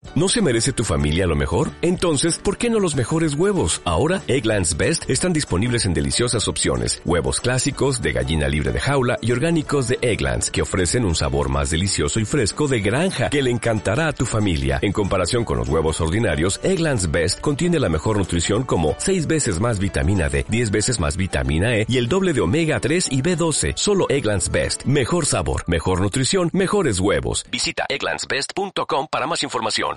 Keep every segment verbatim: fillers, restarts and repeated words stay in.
¿No se merece tu familia lo mejor? Entonces, ¿por qué no los mejores huevos? Ahora, Eggland's Best están disponibles en deliciosas opciones. Huevos clásicos, de gallina libre de jaula y orgánicos de Eggland's, que ofrecen un sabor más delicioso y fresco de granja que le encantará a tu familia. En comparación con los huevos ordinarios, Eggland's Best contiene la mejor nutrición como seis veces más vitamina D, diez veces más vitamina E y el doble de omega tres y B doce. Solo Eggland's Best. Mejor sabor, mejor nutrición, mejores huevos. Visita egglands best punto com para más información.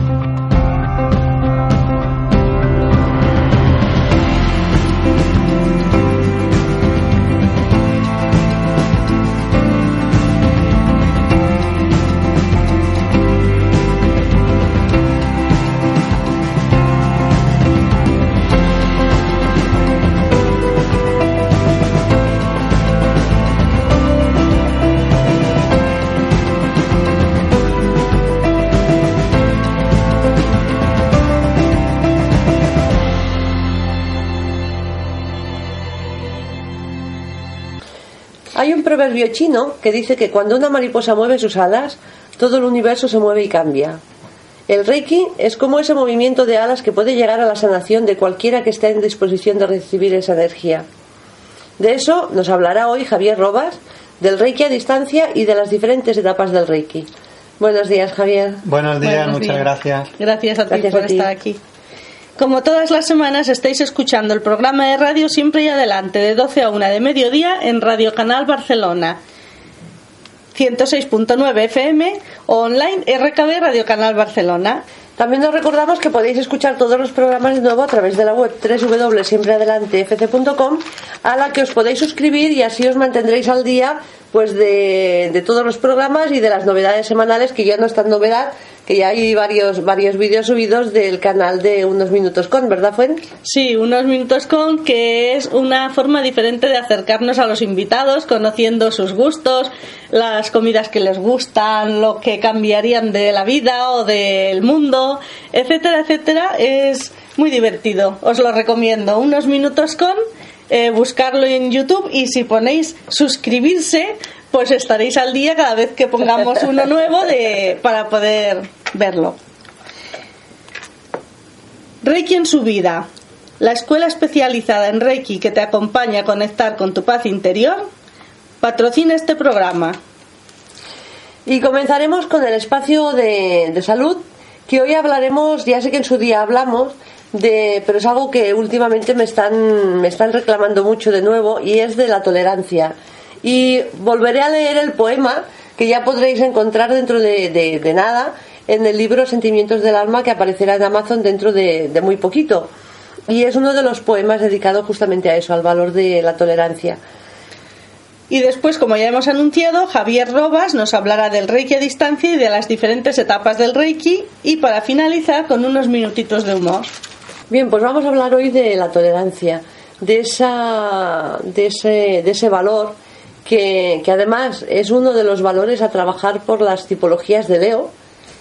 Hay un proverbio chino que dice que cuando una mariposa mueve sus alas, todo el universo se mueve y cambia. El Reiki es como ese movimiento de alas que puede llegar a la sanación de cualquiera que esté en disposición de recibir esa energía. De eso nos hablará hoy Javier Robas, del Reiki a distancia y de las diferentes etapas del Reiki. Buenos días, Javier. Buenos días, Buenos muchas días. gracias. Gracias a ti Gracias por a ti. estar aquí. Como todas las semanas estáis escuchando el programa de radio Siempre y Adelante de doce a una de mediodía en Radio Canal Barcelona ciento seis punto nueve F M o online R K B Radio Canal Barcelona. También os recordamos que podéis escuchar todos los programas de nuevo a través de la web doble u doble u doble u punto siempre adelante f c punto com, a la que os podéis suscribir y así os mantendréis al día pues de, de todos los programas y de las novedades semanales, que ya no es tan novedad, que ya hay varios varios vídeos subidos del canal de Unos Minutos Con, ¿verdad, Fuen? Sí, Unos Minutos Con, que es una forma diferente de acercarnos a los invitados, conociendo sus gustos, las comidas que les gustan, lo que cambiarían de la vida o del mundo, etcétera, etcétera. Es muy divertido, os lo recomiendo. Unos Minutos Con, eh, buscarlo en YouTube, y si ponéis suscribirse, pues estaréis al día cada vez que pongamos uno nuevo de, para poder verlo. Reiki en su vida, la escuela especializada en Reiki que te acompaña a conectar con tu paz interior, patrocina este programa. Y comenzaremos con el espacio de, de salud, que hoy hablaremos, ya sé que en su día hablamos, de, pero es algo que últimamente me están, me están reclamando mucho de nuevo, y es de la tolerancia. Y volveré a leer el poema que ya podréis encontrar dentro de, de, de nada en el libro Sentimientos del Alma, que aparecerá en Amazon dentro de, de muy poquito. Y es uno de los poemas dedicados justamente a eso, al valor de la tolerancia. Y después, como ya hemos anunciado, Javier Robas nos hablará del Reiki a distancia y de las diferentes etapas del Reiki, y para finalizar con unos minutitos de humor. Bien, pues vamos a hablar hoy de la tolerancia, de esa, de ese, de ese valor que, que además es uno de los valores a trabajar por las tipologías de Leo.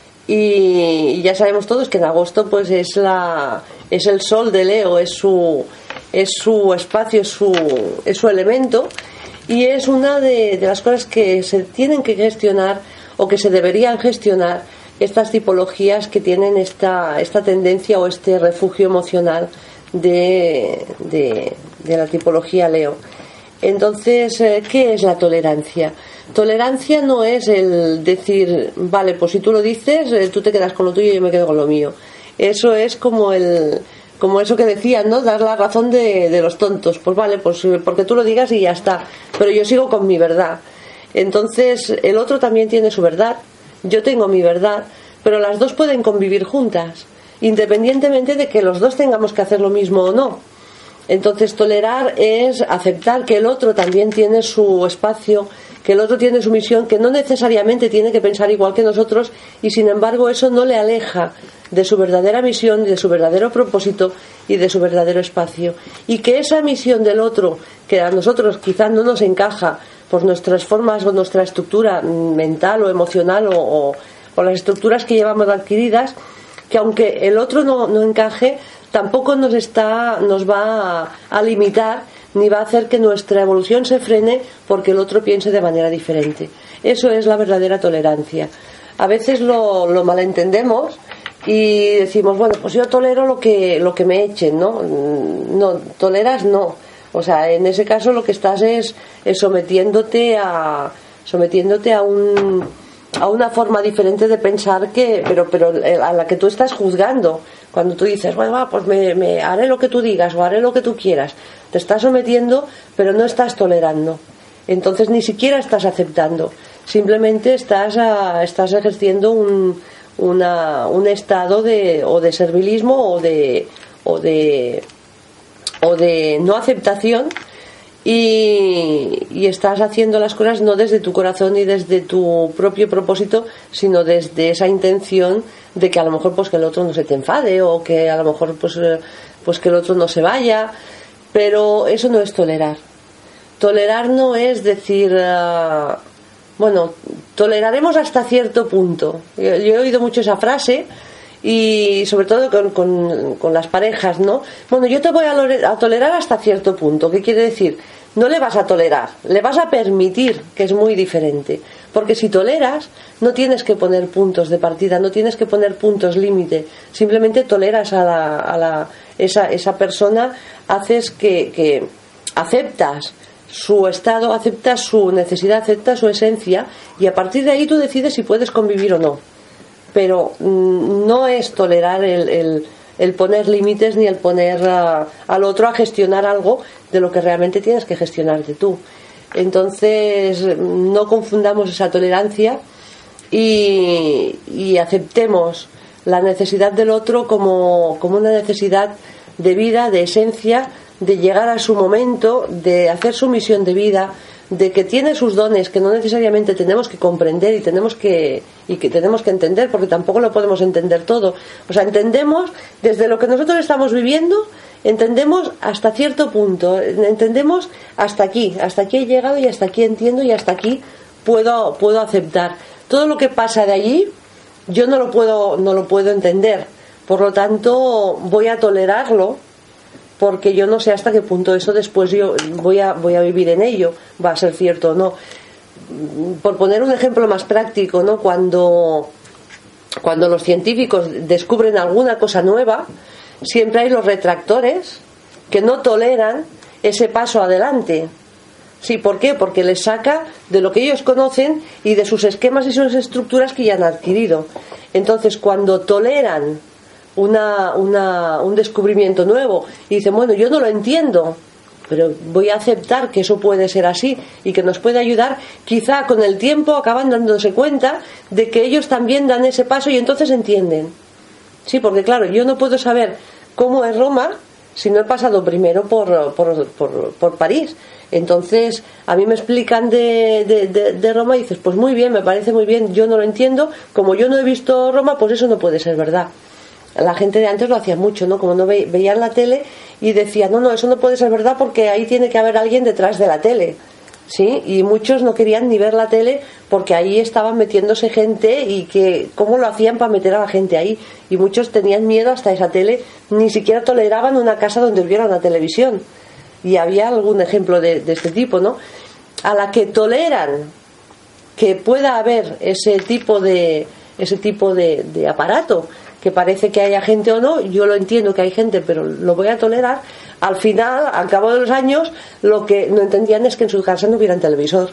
Y ya sabemos todos que en agosto pues es la es el sol de Leo, es su es su espacio, es su es su elemento, y es una de, de las cosas que se tienen que gestionar, o que se deberían gestionar, estas tipologías que tienen esta esta tendencia o este refugio emocional de de, de la tipología Leo. Entonces, ¿qué es la tolerancia? Tolerancia no es el decir, vale, pues si tú lo dices, tú te quedas con lo tuyo y yo me quedo con lo mío. Eso es como el como eso que decían, ¿no? Dar la razón de, de los tontos. Pues vale, pues porque tú lo digas y ya está. Pero yo sigo con mi verdad. Entonces, el otro también tiene su verdad. Yo tengo mi verdad. Pero las dos pueden convivir juntas, independientemente de que los dos tengamos que hacer lo mismo o no. Entonces, tolerar es aceptar que el otro también tiene su espacio, que el otro tiene su misión, que no necesariamente tiene que pensar igual que nosotros, y sin embargo eso no le aleja de su verdadera misión, de su verdadero propósito y de su verdadero espacio. Y que esa misión del otro, que a nosotros quizás no nos encaja por nuestras formas o nuestra estructura mental o emocional o, o, o las estructuras que llevamos adquiridas, que aunque el otro no, no encaje, tampoco nos está nos va a, a limitar ni va a hacer que nuestra evolución se frene porque el otro piense de manera diferente. Eso es la verdadera tolerancia. A veces lo, lo malentendemos y decimos, bueno, pues yo tolero lo que lo que me echen, ¿no? No, toleras no. O sea, en ese caso lo que estás es, es sometiéndote a sometiéndote a un a una forma diferente de pensar, que pero pero a la que tú estás juzgando. Cuando tú dices, bueno, va, pues me, me haré lo que tú digas o haré lo que tú quieras, te estás sometiendo, pero no estás tolerando. Entonces ni siquiera estás aceptando, simplemente estás a, estás ejerciendo un una, un estado de o de servilismo o de o de o de no aceptación, y, y estás haciendo las cosas no desde tu corazón ni desde tu propio propósito, sino desde esa intención de que a lo mejor pues que el otro no se te enfade, o que a lo mejor pues, pues que el otro no se vaya. Pero eso no es tolerar. Tolerar no es decir uh, bueno, toleraremos hasta cierto punto. Yo, yo he oído mucho esa frase, y sobre todo con, con, con las parejas, ¿no? Bueno, yo te voy a, lore- a tolerar hasta cierto punto. ¿Qué quiere decir? No le vas a tolerar, le vas a permitir, que es muy diferente. Porque si toleras, no tienes que poner puntos de partida, no tienes que poner puntos límite. Simplemente toleras a la, a la esa, esa persona, haces que, que aceptas su estado, aceptas su necesidad, aceptas su esencia, y a partir de ahí tú decides si puedes convivir o no. Pero mmm, no es tolerar el, el, el poner límites, ni el poner uh, al otro a gestionar algo de lo que realmente tienes que gestionarte tú. Entonces no confundamos esa tolerancia, y, y aceptemos la necesidad del otro como, como una necesidad de vida, de esencia, de llegar a su momento, de hacer su misión de vida, de que tiene sus dones que no necesariamente tenemos que comprender y tenemos que y que tenemos que entender, porque tampoco lo podemos entender todo. O sea, entendemos desde lo que nosotros estamos viviendo, entendemos hasta cierto punto, entendemos hasta aquí, hasta aquí he llegado y hasta aquí entiendo y hasta aquí puedo puedo aceptar. Todo lo que pasa de allí yo no lo puedo no lo puedo entender. Por lo tanto, voy a tolerarlo, porque yo no sé hasta qué punto eso después yo voy a voy a vivir en ello, va a ser cierto o no. Por poner un ejemplo más práctico, ¿no? Cuando cuando los científicos descubren alguna cosa nueva, siempre hay los retractores que no toleran ese paso adelante. Sí, ¿por qué? Porque les saca de lo que ellos conocen y de sus esquemas y sus estructuras que ya han adquirido. Entonces, cuando toleran Una, una, un descubrimiento nuevo y dicen, bueno, yo no lo entiendo, pero voy a aceptar que eso puede ser así y que nos puede ayudar, quizá con el tiempo acaban dándose cuenta de que ellos también dan ese paso y entonces entienden. Sí, porque claro, yo no puedo saber cómo es Roma si no he pasado primero por, por, por, por París. Entonces a mí me explican de, de, de, de Roma y dices, pues muy bien, me parece muy bien, yo no lo entiendo, como yo no he visto Roma, pues eso no puede ser verdad. La gente de antes lo hacía mucho, ¿no? Como no ve, veían la tele y decían, no, no, eso no puede ser verdad porque ahí tiene que haber alguien detrás de la tele, ¿sí? Y muchos no querían ni ver la tele porque ahí estaban metiéndose gente, y que cómo lo hacían para meter a la gente ahí. Y muchos tenían miedo hasta esa tele, ni siquiera toleraban una casa donde hubiera una televisión. Y había algún ejemplo de, de este tipo, ¿no? A la que toleran que pueda haber ese tipo de, ese tipo de, de aparato, que parece que haya gente o no, yo lo entiendo que hay gente, pero lo voy a tolerar. Al final, al cabo de los años, lo que no entendían es que en su casa no hubiera televisor.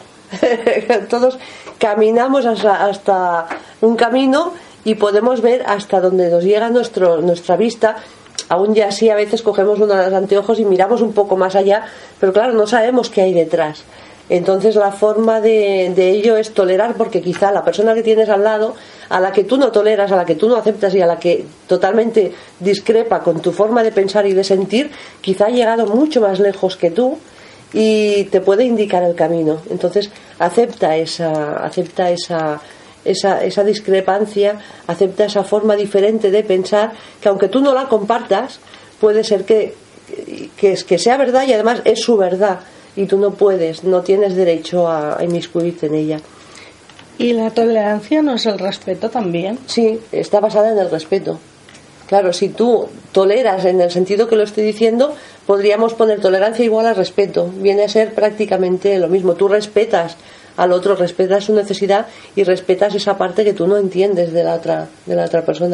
Todos caminamos hasta, hasta un camino y podemos ver hasta donde nos llega nuestro, nuestra vista. Aún ya así a veces cogemos unos anteojos y miramos un poco más allá, pero claro, no sabemos qué hay detrás. Entonces la forma de, de ello es tolerar, porque quizá la persona que tienes al lado, a la que tú no toleras, a la que tú no aceptas y a la que totalmente discrepa con tu forma de pensar y de sentir, quizá ha llegado mucho más lejos que tú y te puede indicar el camino. Entonces acepta esa, acepta esa, esa, esa discrepancia, acepta esa forma diferente de pensar, que aunque tú no la compartas, puede ser que, que, que sea verdad, y además es su verdad. Y tú no puedes, no tienes derecho a, a inmiscuirte en ella. ¿Y la tolerancia no es el respeto también? Sí, está basada en el respeto. Claro, si tú toleras en el sentido que lo estoy diciendo, podríamos poner tolerancia igual a respeto. Viene a ser prácticamente lo mismo. Tú respetas al otro, respetas su necesidad y respetas esa parte que tú no entiendes de la otra, de la otra persona.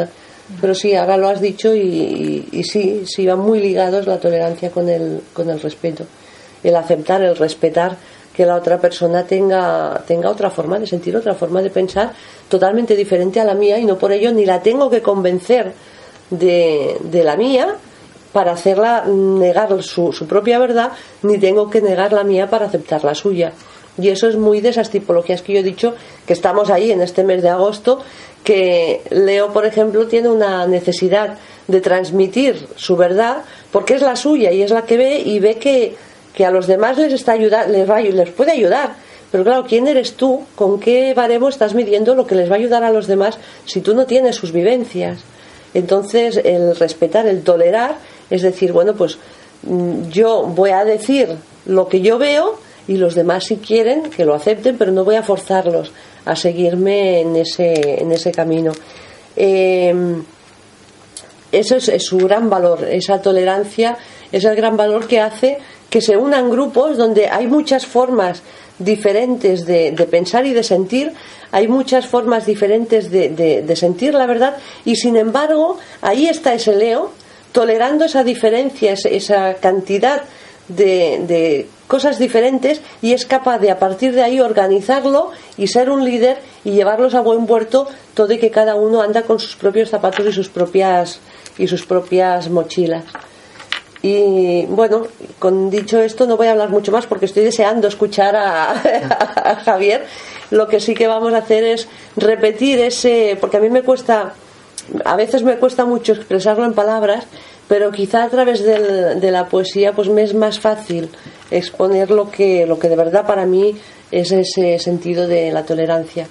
Pero sí, ahora lo has dicho y, y, y sí, sí van muy ligados la tolerancia con el, con el respeto. El aceptar, el respetar que la otra persona tenga, tenga otra forma de sentir, otra forma de pensar totalmente diferente a la mía, y no por ello ni la tengo que convencer de, de la mía para hacerla negar su, su propia verdad, ni tengo que negar la mía para aceptar la suya. Y eso es muy de esas tipologías que yo he dicho, que estamos ahí en este mes de agosto, que Leo, por ejemplo, tiene una necesidad de transmitir su verdad porque es la suya y es la que ve, y ve que, que a los demás les está ayudar, les va, les puede ayudar. Pero claro, ¿quién eres tú? ¿Con qué baremo estás midiendo lo que les va a ayudar a los demás si tú no tienes sus vivencias? Entonces, el respetar, el tolerar, es decir, bueno, pues yo voy a decir lo que yo veo, y los demás, si quieren, que lo acepten, pero no voy a forzarlos a seguirme en ese, en ese camino. Eh, eso es, es su gran valor, esa tolerancia es el gran valor que hace que se unan grupos donde hay muchas formas diferentes de, de pensar y de sentir, hay muchas formas diferentes de, de, de sentir la verdad, y sin embargo ahí está ese Leo tolerando esa diferencia, esa cantidad de, de cosas diferentes, y es capaz de a partir de ahí organizarlo y ser un líder y llevarlos a buen puerto, todo, y que cada uno anda con sus propios zapatos y sus propias y sus propias mochilas. Y bueno, con dicho esto no voy a hablar mucho más porque estoy deseando escuchar a, a Javier. Lo que sí que vamos a hacer es repetir ese, porque a mí me cuesta, a veces me cuesta mucho expresarlo en palabras, pero quizá a través del, de la poesía pues me es más fácil exponer lo que, lo que de verdad para mí es ese sentido de la tolerancia.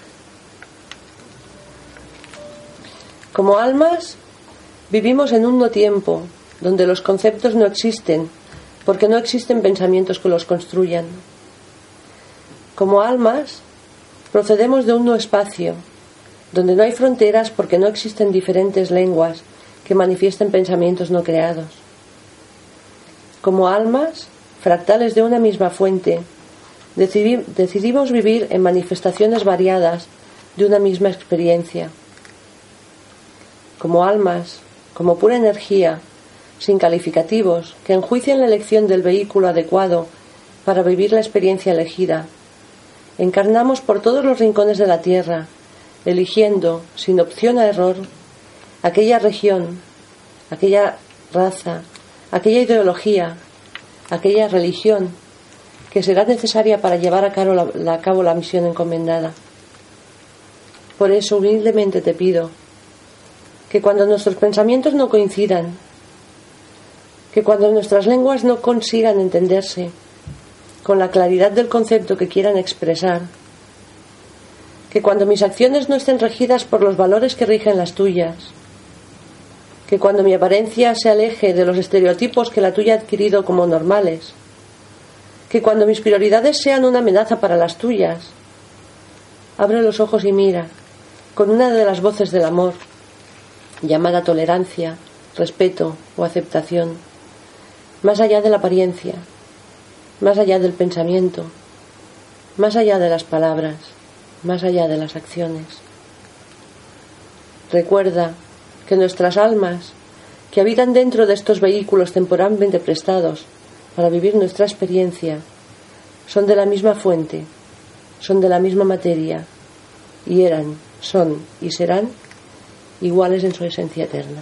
Como almas vivimos en un no tiempo donde los conceptos no existen porque no existen pensamientos que los construyan. Como almas procedemos de un no espacio donde no hay fronteras porque no existen diferentes lenguas que manifiesten pensamientos no creados. Como almas, fractales de una misma fuente, decidi- decidimos vivir en manifestaciones variadas de una misma experiencia. Como almas, como pura energía, sin calificativos, que enjuician la elección del vehículo adecuado para vivir la experiencia elegida, encarnamos por todos los rincones de la tierra, eligiendo, sin opción a error, aquella región, aquella raza, aquella ideología, aquella religión que será necesaria para llevar a cabo la, la, a cabo la misión encomendada. Por eso humildemente te pido que cuando nuestros pensamientos no coincidan, que cuando nuestras lenguas no consigan entenderse con la claridad del concepto que quieran expresar, que cuando mis acciones no estén regidas por los valores que rigen las tuyas, que cuando mi apariencia se aleje de los estereotipos que la tuya ha adquirido como normales, que cuando mis prioridades sean una amenaza para las tuyas, abre los ojos y mira con una de las voces del amor, llamada tolerancia, respeto o aceptación, más allá de la apariencia, más allá del pensamiento, más allá de las palabras, más allá de las acciones. Recuerda que nuestras almas, que habitan dentro de estos vehículos temporalmente prestados para vivir nuestra experiencia, son de la misma fuente, son de la misma materia, y eran, son y serán iguales en su esencia eterna.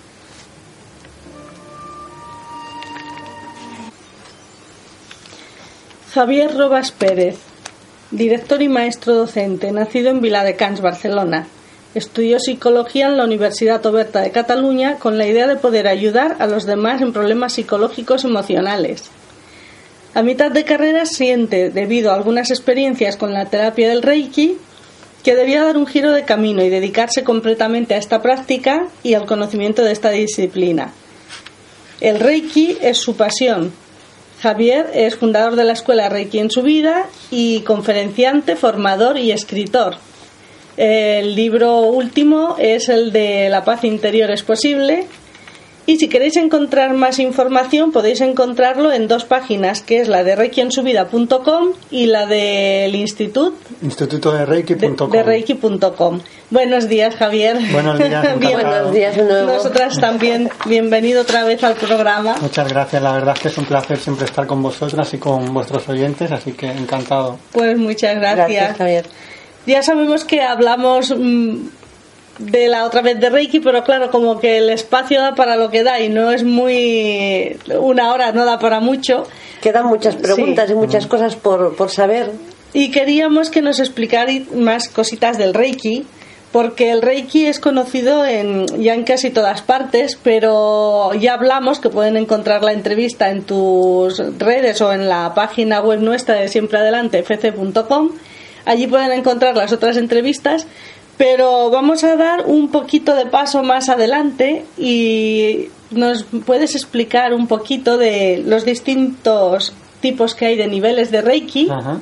Javier Robas Pérez, director y maestro docente, nacido en Viladecans, Barcelona. Estudió psicología en la Universidad Oberta de Cataluña con la idea de poder ayudar a los demás en problemas psicológicos emocionales. A mitad de carrera siente, debido a algunas experiencias con la terapia del Reiki, que debía dar un giro de camino y dedicarse completamente a esta práctica y al conocimiento de esta disciplina. El Reiki es su pasión. Javier es fundador de la escuela Reiki en su vida y conferenciante, formador y escritor. El libro último es el de La paz interior es posible, Y si queréis encontrar más información, podéis encontrarlo en dos páginas, que es la de reiki en su vida punto com y la del instituto instituto de reiki punto com. De, de reiki punto com. Buenos días, Javier. Buenos días, Bien, buenos días de nuevo. Nosotras también, bienvenido otra vez al programa. Muchas gracias, la verdad es que es un placer siempre estar con vosotras y con vuestros oyentes, así que encantado. Pues muchas gracias. Gracias, Javier. Ya sabemos que hablamos mmm, de la otra vez de Reiki, pero claro, como que el espacio da para lo que da y no es muy... una hora no da para mucho. Quedan muchas preguntas, sí, y muchas cosas por, por saber. Y queríamos que nos explicarais más cositas del Reiki, porque el Reiki es conocido en, ya en casi todas partes, pero ya hablamos que pueden encontrar la entrevista en tus redes o en la página web nuestra de Siempre Adelante, f c punto com. Allí pueden encontrar las otras entrevistas, pero vamos a dar un poquito de paso más adelante y nos puedes explicar un poquito de los distintos tipos que hay de niveles de Reiki. Ajá.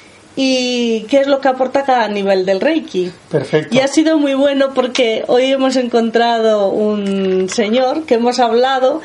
Y qué es lo que aporta cada nivel del Reiki. Perfecto. Y ha sido muy bueno porque hoy hemos encontrado un señor que hemos hablado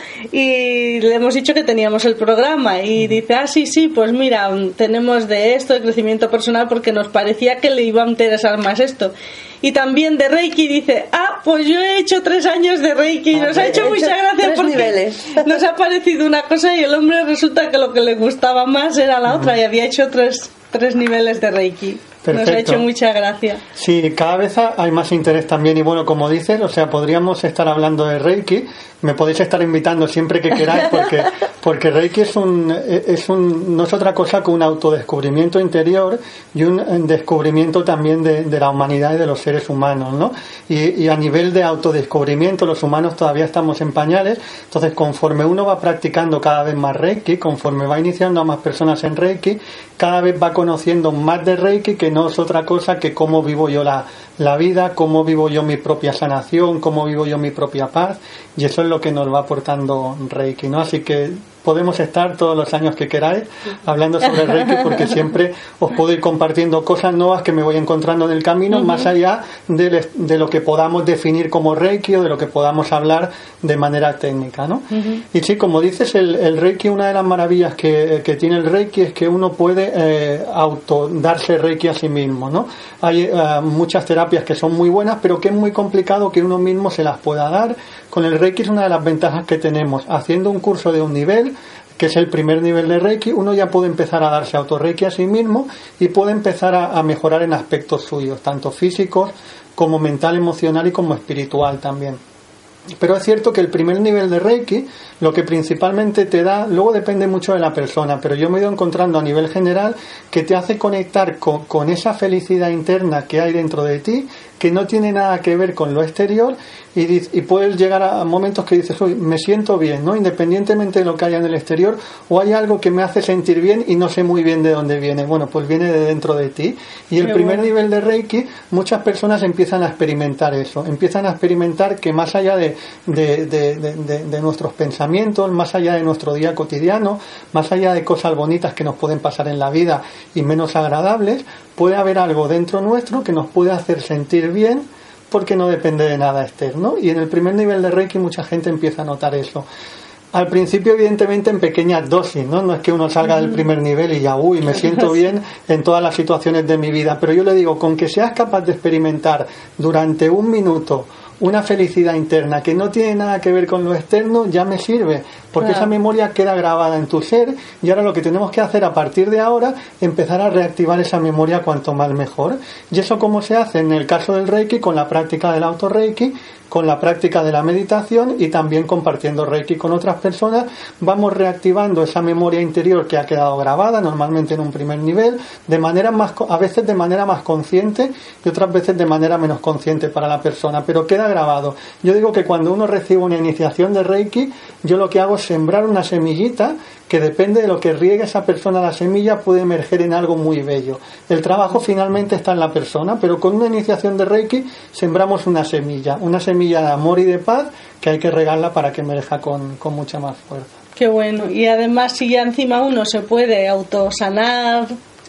y le hemos dicho que teníamos el programa y dice, ah, sí, sí, pues mira, tenemos de esto, de crecimiento personal, porque nos parecía que le iba a interesar más esto. Y también de Reiki dice, ah, pues yo he hecho tres años de Reiki y nos ha hecho mucha gracia porque niveles. Nos ha parecido una cosa y el hombre resulta que lo que le gustaba más era la otra y había hecho tres, tres niveles de Reiki. Perfecto. Nos ha hecho mucha gracia. Sí, cada vez hay más interés también y bueno, como dices, o sea, podríamos estar hablando de Reiki, me podéis estar invitando siempre que queráis porque porque Reiki es un es un no es otra cosa que un autodescubrimiento interior y un descubrimiento también de, de la humanidad y de los seres humanos, ¿no? Y, y a nivel de autodescubrimiento los humanos todavía estamos en pañales, entonces conforme uno va practicando cada vez más Reiki, conforme va iniciando a más personas en Reiki, cada vez va conociendo más de Reiki, que no es otra cosa que cómo vivo yo la, la vida, cómo vivo yo mi propia sanación, cómo vivo yo mi propia paz, y eso es lo que nos va aportando Reiki, ¿no? Así que podemos estar todos los años que queráis hablando sobre Reiki porque siempre os puedo ir compartiendo cosas nuevas que me voy encontrando en el camino, uh-huh. más allá de, de lo que podamos definir como Reiki o de lo que podamos hablar de manera técnica, ¿no? Uh-huh. Y sí, como dices, el, el Reiki, una de las maravillas que, que tiene el Reiki es que uno puede eh, auto darse Reiki a sí mismo, ¿no? Hay uh, muchas terapias que son muy buenas, pero que es muy complicado que uno mismo se las pueda dar. Con el Reiki es una de las ventajas que tenemos. Haciendo un curso de un nivel, que es el primer nivel de Reiki, uno ya puede empezar a darse auto-Reiki a sí mismo y puede empezar a, a mejorar en aspectos suyos, tanto físicos como mental, emocional y como espiritual también. Pero es cierto que el primer nivel de Reiki, lo que principalmente te da, luego depende mucho de la persona, pero yo me he ido encontrando a nivel general que te hace conectar con, con esa felicidad interna que hay dentro de ti, que no tiene nada que ver con lo exterior, y, y puedes llegar a momentos que dices, uy, me siento bien, ¿no? Independientemente de lo que haya en el exterior, o hay algo que me hace sentir bien y no sé muy bien de dónde viene. Bueno, pues viene de dentro de ti. Y el Qué primer bueno. nivel de Reiki, muchas personas empiezan a experimentar eso, empiezan a experimentar que más allá de, de, de, de, de, de nuestros pensamientos, más allá de nuestro día cotidiano, más allá de cosas bonitas que nos pueden pasar en la vida y menos agradables, puede haber algo dentro nuestro que nos puede hacer sentir bien porque no depende de nada externo. Y en el primer nivel de Reiki mucha gente empieza a notar eso. Al principio, evidentemente, en pequeñas dosis, ¿no? No es que uno salga del primer nivel y ya, uy, me siento bien en todas las situaciones de mi vida. Pero yo le digo, con que seas capaz de experimentar durante un minuto una felicidad interna que no tiene nada que ver con lo externo, ya me sirve, porque claro. esa memoria queda grabada en tu ser, y ahora lo que tenemos que hacer a partir de ahora, empezar a reactivar esa memoria cuanto más mejor. Y eso cómo se hace en el caso del Reiki, con la práctica del auto-Reiki, con la práctica de la meditación y también compartiendo Reiki con otras personas, vamos reactivando esa memoria interior que ha quedado grabada, normalmente en un primer nivel, de manera más, a veces de manera más consciente y otras veces de manera menos consciente para la persona, pero queda grabado. Yo digo que cuando uno recibe una iniciación de Reiki, yo lo que hago es sembrar una semillita que depende de lo que riegue esa persona, la semilla puede emerger en algo muy bello. El trabajo finalmente está en la persona, pero con una iniciación de Reiki sembramos una semilla, una semilla de amor y de paz que hay que regarla para que emerja con, con mucha más fuerza. Qué bueno. Y además, si ya encima uno se puede autosanar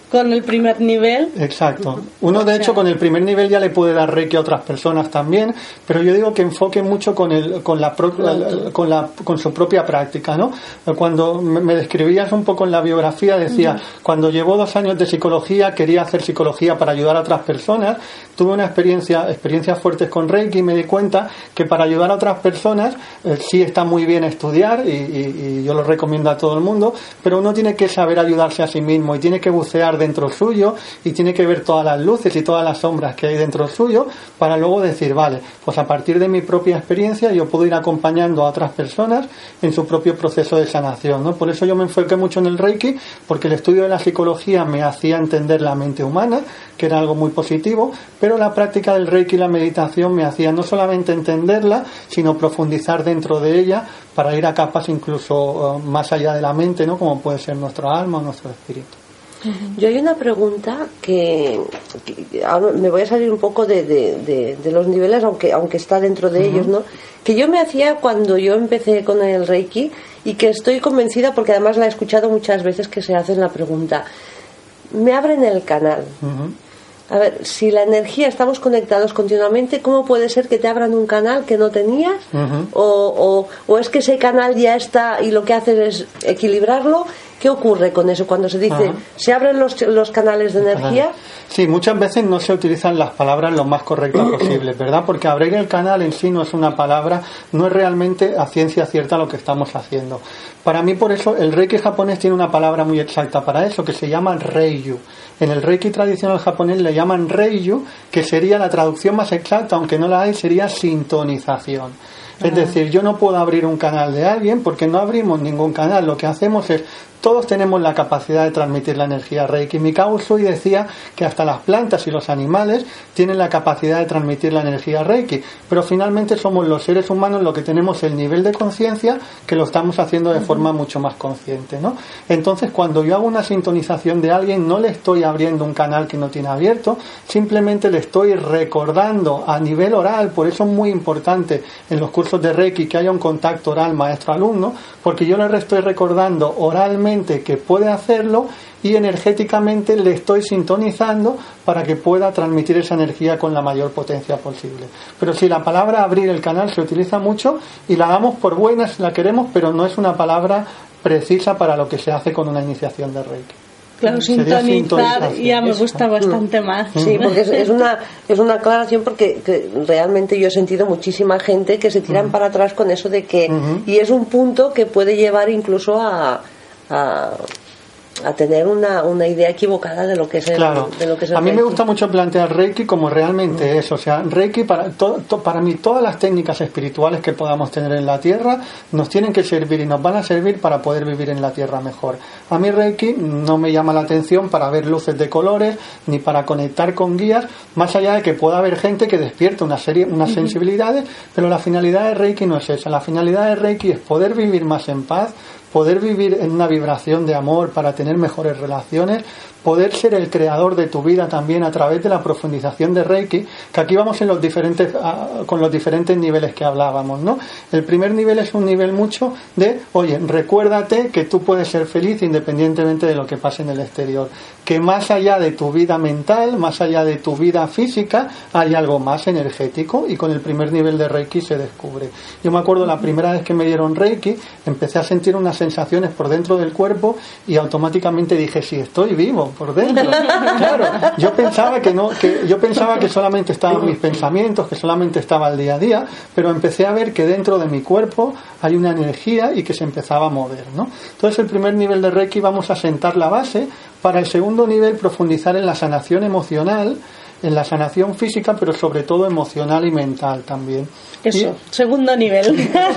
con el primer nivel. Exacto. Uno, de hecho, con el primer nivel ya le puede dar Reiki a otras personas también, pero yo digo que enfoque mucho con el con la, pro, la con la con su propia práctica, ¿no? Cuando me describías un poco en la biografía, decía, uh-huh. cuando llevo dos años de psicología, quería hacer psicología para ayudar a otras personas, tuve una experiencia experiencias fuertes con Reiki y me di cuenta que para ayudar a otras personas eh, sí está muy bien estudiar y, y, y yo lo recomiendo a todo el mundo, pero uno tiene que saber ayudarse a sí mismo y tiene que bucear dentro suyo y tiene que ver todas las luces y todas las sombras que hay dentro suyo para luego decir, vale, pues a partir de mi propia experiencia yo puedo ir acompañando a otras personas en su propio proceso de sanación, ¿no? Por eso yo me enfoqué mucho en el Reiki, porque el estudio de la psicología me hacía entender la mente humana, que era algo muy positivo, pero la práctica del Reiki y la meditación me hacía no solamente entenderla, sino profundizar dentro de ella para ir a capas incluso uh, más allá de la mente, ¿no? Como puede ser nuestro alma o nuestro espíritu. Yo hay una pregunta que, que ahora me voy a salir un poco de, de, de, de los niveles, aunque aunque está dentro de uh-huh. ellos, ¿no? Que yo me hacía cuando yo empecé con el Reiki y que estoy convencida, porque además la he escuchado muchas veces que se hacen la pregunta, me abren el canal. Uh-huh. A ver, si la energía, estamos conectados continuamente, ¿cómo puede ser que te abran un canal que no tenías? Uh-huh. O, o, o es que ese canal ya está y lo que haces es equilibrarlo. ¿Qué ocurre con eso cuando se dice, uh-huh. se abren los, los canales de energía? Sí, muchas veces no se utilizan las palabras lo más correctas posibles, ¿verdad? Porque abrir el canal en sí no es una palabra, no es realmente a ciencia cierta lo que estamos haciendo. Para mí, por eso, el Reiki japonés tiene una palabra muy exacta para eso, que se llama Reiyu. En el Reiki tradicional japonés le llaman Reiyu, que sería la traducción más exacta, aunque no la hay, sería sintonización. Es decir, yo no puedo abrir un canal de alguien porque no abrimos ningún canal. Lo que hacemos es, todos tenemos la capacidad de transmitir la energía Reiki. Mikao Usui decía que hasta las plantas y los animales tienen la capacidad de transmitir la energía Reiki, pero finalmente somos los seres humanos los que tenemos el nivel de conciencia que lo estamos haciendo de forma mucho más consciente, ¿no? Entonces, cuando yo hago una sintonización de alguien, no le estoy abriendo un canal que no tiene abierto, simplemente le estoy recordando a nivel oral. Por eso es muy importante en los cursos de Reiki que haya un contacto oral maestro-alumno, porque yo le estoy recordando oralmente que puede hacerlo y energéticamente le estoy sintonizando para que pueda transmitir esa energía con la mayor potencia posible. Pero si la palabra abrir el canal se utiliza mucho y la damos por buena si la queremos, pero no es una palabra precisa para lo que se hace con una iniciación de Reiki. Claro, sintonizar ya me gusta bastante más. Sí, porque es, es una es una aclaración, porque que realmente yo he sentido muchísima gente que se tiran uh-huh. para atrás con eso de que uh-huh. y es un punto que puede llevar incluso a a, a tener una, una idea equivocada de lo que es el, claro. de lo que es el a mí Reiki. Me gusta mucho plantear Reiki como realmente uh-huh. es, o sea, Reiki para to, to, para mí todas las técnicas espirituales que podamos tener en la Tierra nos tienen que servir y nos van a servir para poder vivir en la Tierra mejor. A mí Reiki no me llama la atención para ver luces de colores ni para conectar con guías, más allá de que pueda haber gente que despierte una serie, unas uh-huh. sensibilidades, pero la finalidad de Reiki no es esa. La finalidad de Reiki es poder vivir más en paz, poder vivir en una vibración de amor para tener mejores relaciones, poder ser el creador de tu vida también a través de la profundización de Reiki, que aquí vamos en los diferentes uh, con los diferentes niveles que hablábamos, ¿no? El primer nivel es un nivel mucho de, oye, recuérdate que tú puedes ser feliz independientemente de lo que pase en el exterior, que más allá de tu vida mental, más allá de tu vida física, hay algo más energético, y con el primer nivel de Reiki se descubre. Yo me acuerdo la primera vez que me dieron Reiki, empecé a sentir unas sensaciones por dentro del cuerpo y automáticamente dije, sí, estoy vivo por dentro. Claro, yo pensaba que no, que yo pensaba que solamente estaban mis pensamientos, que solamente estaba el día a día, pero empecé a ver que dentro de mi cuerpo hay una energía y que se empezaba a mover, ¿no? Entonces, el primer nivel de Reiki vamos a sentar la base para el segundo nivel profundizar en la sanación emocional, en la sanación física, pero sobre todo emocional y mental también. Eso, y, segundo nivel.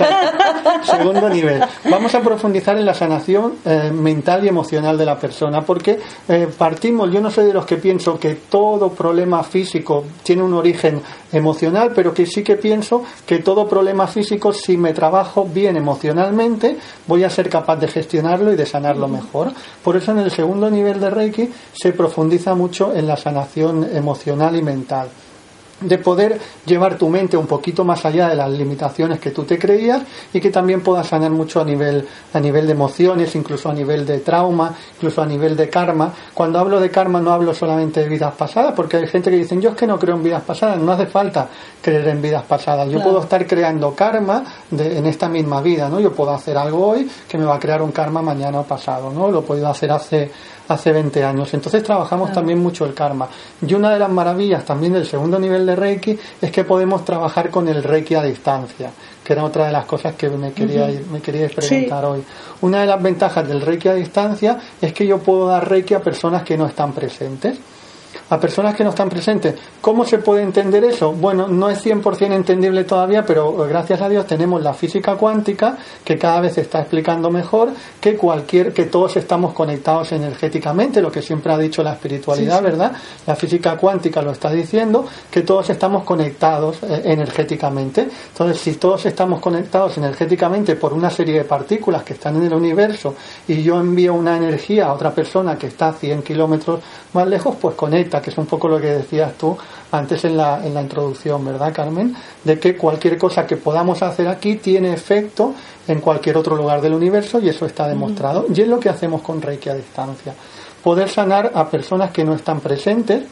Segundo nivel. Vamos a profundizar en la sanación eh, mental y emocional de la persona, porque eh, partimos, yo no soy de los que pienso que todo problema físico tiene un origen emocional, pero que sí que pienso que todo problema físico, si me trabajo bien emocionalmente, voy a ser capaz de gestionarlo y de sanarlo mejor. Por eso en el segundo nivel de Reiki se profundiza mucho en la sanación emocional y mental. de poder llevar tu mente un poquito más allá de las limitaciones que tú te creías y que también puedas sanar mucho a nivel a nivel de emociones, incluso a nivel de trauma, incluso a nivel de karma. Cuando hablo de karma no hablo solamente de vidas pasadas, porque hay gente que dice, yo es que no creo en vidas pasadas. No hace falta creer en vidas pasadas. Yo claro. puedo estar creando karma de, en esta misma vida, ¿no? Yo puedo hacer algo hoy que me va a crear un karma mañana o pasado, ¿no? Lo he podido hacer hace hace veinte años. Entonces trabajamos claro. también mucho el karma. Y una de las maravillas también del segundo nivel de Reiki es que podemos trabajar con el Reiki a distancia, que era otra de las cosas que me quería uh-huh. me quería preguntar sí. hoy. Una de las ventajas del Reiki a distancia es que yo puedo dar Reiki a personas que no están presentes. A personas que no están presentes. ¿Cómo se puede entender eso? Bueno, no es cien por ciento entendible todavía, pero gracias a Dios tenemos la física cuántica que cada vez está explicando mejor que cualquier que todos estamos conectados energéticamente, lo que siempre ha dicho la espiritualidad, sí, sí. ¿verdad? La física cuántica lo está diciendo, que todos estamos conectados eh, energéticamente. Entonces, si todos estamos conectados energéticamente por una serie de partículas que están en el universo y yo envío una energía a otra persona que está a cien kilómetros más lejos, pues conecta, que es un poco lo que decías tú antes en la, en la introducción, ¿verdad, Carmen? De que cualquier cosa que podamos hacer aquí tiene efecto en cualquier otro lugar del universo y eso está demostrado. Mm. Y es lo que hacemos con Reiki a distancia. Poder sanar a personas que no están presentes.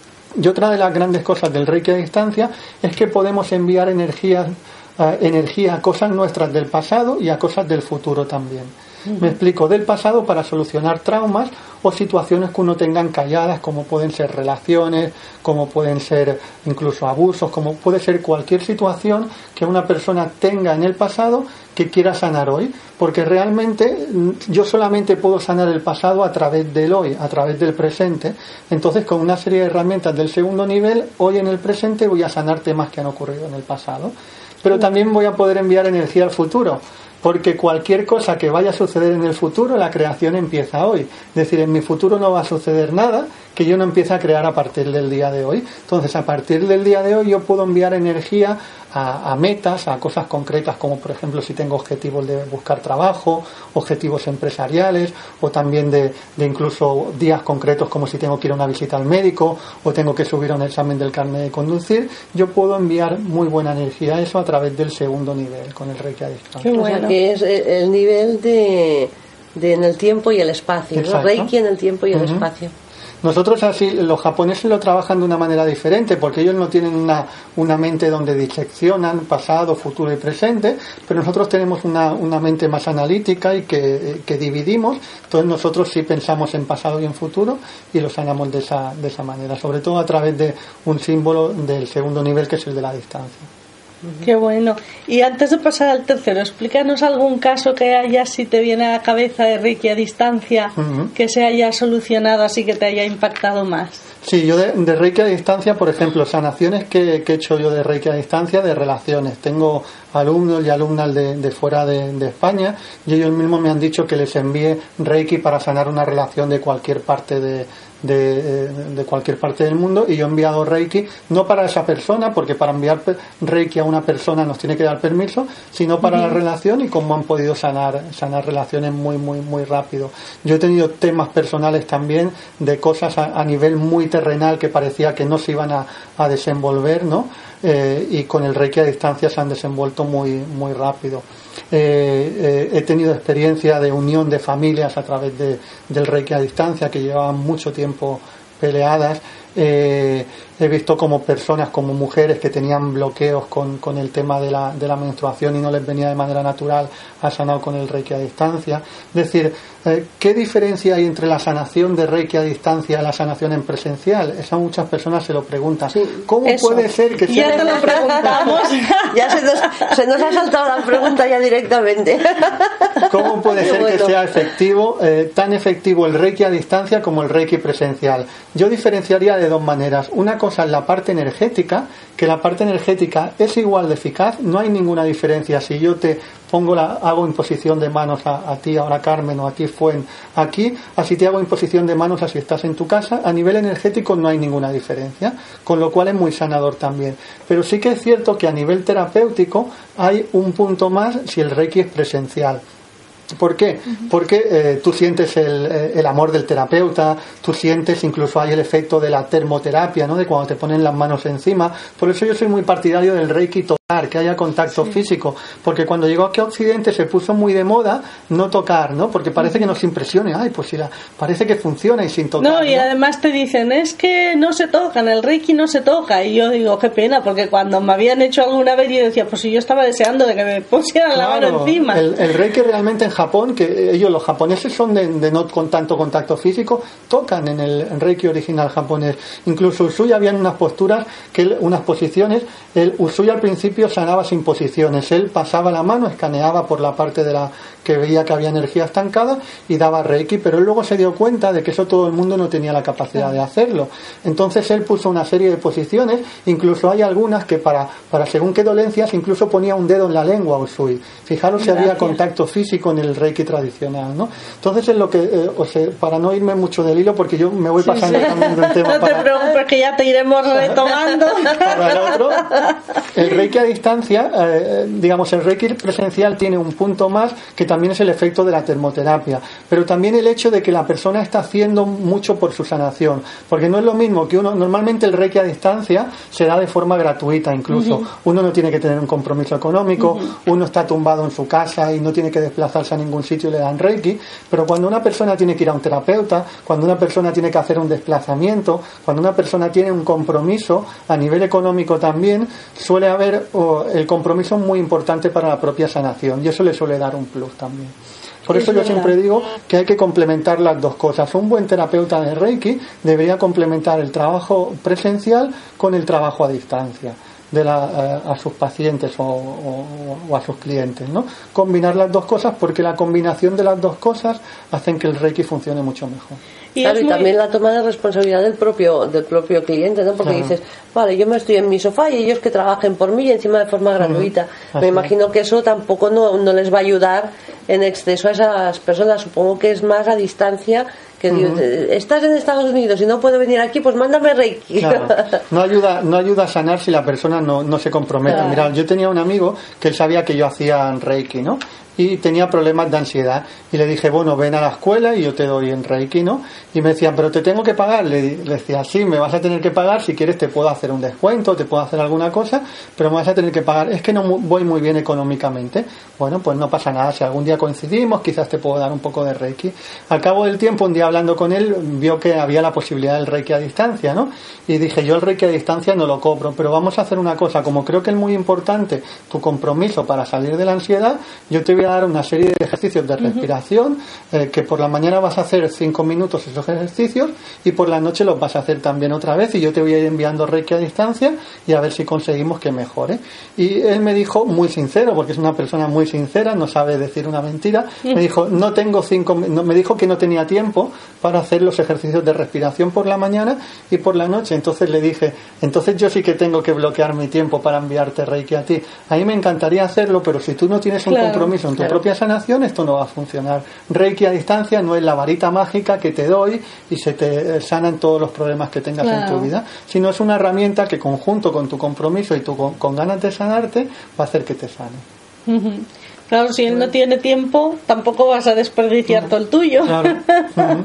Y otra de las grandes cosas del Reiki a distancia es que podemos enviar energías, uh, energía a cosas nuestras del pasado y a cosas del futuro también. Me explico, del pasado para solucionar traumas o situaciones que uno tenga encalladas, como pueden ser relaciones, como pueden ser incluso abusos, como puede ser cualquier situación que una persona tenga en el pasado que quiera sanar hoy, porque realmente yo solamente puedo sanar el pasado a través del hoy, a través del presente. Entonces, con una serie de herramientas del segundo nivel, hoy en el presente voy a sanar temas que han ocurrido en el pasado, pero también voy a poder enviar energía al futuro. Porque cualquier cosa que vaya a suceder en el futuro, la creación empieza hoy. Es decir, en mi futuro no va a suceder nada que yo no empiece a crear a partir del día de hoy. Entonces, a partir del día de hoy yo puedo enviar energía a, a metas, a cosas concretas, como por ejemplo si tengo objetivos de buscar trabajo, objetivos empresariales, o también de, de incluso días concretos como si tengo que ir a una visita al médico o tengo que subir a un examen del carnet de conducir. Yo puedo enviar muy buena energía a eso a través del segundo nivel, con el Reiki a distancia. Qué bueno. Que es el nivel de, de en el tiempo y el espacio, ¿no? Reiki en el tiempo y el uh-huh. espacio. Nosotros así, los japoneses lo trabajan de una manera diferente, porque ellos no tienen una, una mente donde diseccionan pasado, futuro y presente, pero nosotros tenemos una, una mente más analítica y que, que dividimos. Entonces nosotros sí pensamos en pasado y en futuro y lo sanamos de esa, de esa manera, sobre todo a través de un símbolo del segundo nivel, que es el de la distancia. Qué bueno. Y antes de pasar al tercero, explícanos algún caso que haya, si te viene a la cabeza, de Reiki a distancia, uh-huh. que se haya solucionado así, que te haya impactado más. Sí, yo de, de Reiki a distancia, por ejemplo, sanaciones que, que he hecho yo de Reiki a distancia, de relaciones. Tengo alumnos y alumnas de, de fuera de, de España y ellos mismos me han dicho que les envíe Reiki para sanar una relación de cualquier parte de De, de cualquier parte del mundo, y yo he enviado Reiki no para esa persona, porque para enviar Reiki a una persona nos tiene que dar permiso, sino para uh-huh. la relación, y cómo han podido sanar sanar relaciones muy muy muy rápido. Yo he tenido temas personales también de cosas a, a nivel muy terrenal que parecía que no se iban a, a desenvolver, ¿no? Eh, y con el Reiki a distancia se han desenvuelto muy muy rápido. Eh, eh, he tenido experiencia de unión de familias a través de, del Reiki a distancia, que llevaban mucho tiempo peleadas. Eh, he visto como personas, como mujeres que tenían bloqueos con, con el tema de la, de la menstruación y no les venía de manera natural, ha sanado con el Reiki a distancia. Es decir, eh, ¿qué diferencia hay entre la sanación de Reiki a distancia y la sanación en presencial? Eso muchas personas se lo preguntan. Sí, ¿cómo eso. puede ser que sea? Ya te lo preguntamos. Ya se nos, se nos ha saltado la pregunta ya directamente. ¿Cómo puede ser bueno. que sea efectivo, eh, tan efectivo el Reiki a distancia como el Reiki presencial? Yo diferenciaría de dos maneras. Una cosa es la parte energética, que la parte energética es igual de eficaz, no hay ninguna diferencia. Si yo te pongo la, hago imposición de manos a, a ti ahora, Carmen, o a ti, Fuen, aquí, así te hago imposición de manos así estás en tu casa, a nivel energético no hay ninguna diferencia, con lo cual es muy sanador también. Pero sí que es cierto que a nivel terapéutico hay un punto más si el Reiki es presencial. ¿Por qué? Uh-huh. Porque eh, tú sientes el, el amor del terapeuta, tú sientes, incluso hay el efecto de la termoterapia, ¿no? De cuando te ponen las manos encima. Por eso yo soy muy partidario del Reiki tocar, que haya contacto sí. físico, porque cuando llegó aquí a Occidente se puso muy de moda no tocar, ¿no? Porque parece que nos impresione, ay, pues si la, parece que funciona y sin tocar. No, y ¿no? además te dicen, es que no se tocan, el Reiki no se toca, y yo digo, qué pena, porque cuando me habían hecho alguna vez yo decía, pues si yo estaba deseando de que me pusieran claro, la mano encima. El, el Reiki realmente en Japón, que ellos los japoneses son de, de no con tanto contacto físico, tocan en el Reiki original japonés. Incluso Usui habían unas posturas, que él, unas posiciones, el Usui al principio sanaba sin posiciones, él pasaba la mano, escaneaba por la parte de la que veía que había energía estancada y daba Reiki, pero él luego se dio cuenta de que eso todo el mundo no tenía la capacidad de hacerlo. Entonces él puso una serie de posiciones, incluso hay algunas que para, para según qué dolencias, incluso ponía un dedo en la lengua Usui. Fijaros si había contacto físico en el Reiki tradicional, ¿no? Entonces es lo que, eh, o sea, para no irme mucho del hilo, porque yo me voy pasando sí, sí. también del tema. No te para, preocupes, que ya te iremos retomando. Para el otro, el Reiki a distancia, eh, digamos, el Reiki presencial tiene un punto más, que también es el efecto de la termoterapia, pero también el hecho de que la persona está haciendo mucho por su sanación, porque no es lo mismo que uno, normalmente el Reiki a distancia se da de forma gratuita incluso, uh-huh. uno no tiene que tener un compromiso económico, uh-huh. uno está tumbado en su casa y no tiene que desplazarse a ningún sitio y le dan Reiki, pero cuando una persona tiene que ir a un terapeuta, cuando una persona tiene que hacer un desplazamiento, cuando una persona tiene un compromiso a nivel económico también, suele haber oh, el compromiso muy importante para la propia sanación y eso le suele dar un plus también. Por eso yo siempre digo que hay que complementar las dos cosas. Un buen terapeuta de Reiki debería complementar el trabajo presencial con el trabajo a distancia de la, a, a sus pacientes o, o, o a sus clientes, ¿no? Combinar las dos cosas, porque la combinación de las dos cosas hacen que el Reiki funcione mucho mejor. Y, claro, y muy... también la toma de responsabilidad del propio del propio cliente, ¿no? Porque claro. dices, vale, yo me estoy en mi sofá y ellos que trabajen por mí y encima de forma gratuita. Uh-huh. Me imagino que eso tampoco no, no les va a ayudar en exceso a esas personas. Supongo que es más a distancia. Que uh-huh. digo, estás en Estados Unidos y no puedo venir aquí, pues mándame Reiki. Claro. No ayuda, no ayuda a sanar si la persona no, no se compromete. Claro. Mira, yo tenía un amigo que él sabía que yo hacía Reiki, ¿no? Y tenía problemas de ansiedad y le dije, bueno, ven a la escuela y yo te doy en Reiki, ¿no? Y me decían, pero te tengo que pagar. Le, le decía, sí, me vas a tener que pagar, si quieres te puedo hacer un descuento, te puedo hacer alguna cosa, pero me vas a tener que pagar. Es que no voy muy bien económicamente. Bueno, pues no pasa nada, si algún día coincidimos quizás te puedo dar un poco de Reiki. Al cabo del tiempo, un día hablando con él, vio que había la posibilidad del Reiki a distancia, ¿no? Y dije, yo el Reiki a distancia no lo cobro, pero vamos a hacer una cosa, como creo que es muy importante tu compromiso para salir de la ansiedad, yo te voy a dar una serie de ejercicios de respiración, uh-huh. eh, que por la mañana vas a hacer cinco minutos esos ejercicios y por la noche los vas a hacer también otra vez y yo te voy a ir enviando Reiki a distancia y a ver si conseguimos que mejore. Y él me dijo, muy sincero, porque es una persona muy sincera, no sabe decir una mentira, uh-huh. me dijo, no tengo cinco, no, me dijo que no tenía tiempo para hacer los ejercicios de respiración por la mañana y por la noche. Entonces le dije, entonces yo sí que tengo que bloquear mi tiempo para enviarte Reiki a ti. A mí me encantaría hacerlo, pero si tú no tienes un claro, compromiso en tu claro. propia sanación, esto no va a funcionar. Reiki a distancia no es la varita mágica que te doy y se te sanan todos los problemas que tengas claro. en tu vida, sino es una herramienta que conjunto con tu compromiso y tu con, con ganas de sanarte va a hacer que te sane. Uh-huh. Claro, si él no tiene tiempo, tampoco vas a desperdiciar uh-huh. todo el tuyo. Claro. Uh-huh.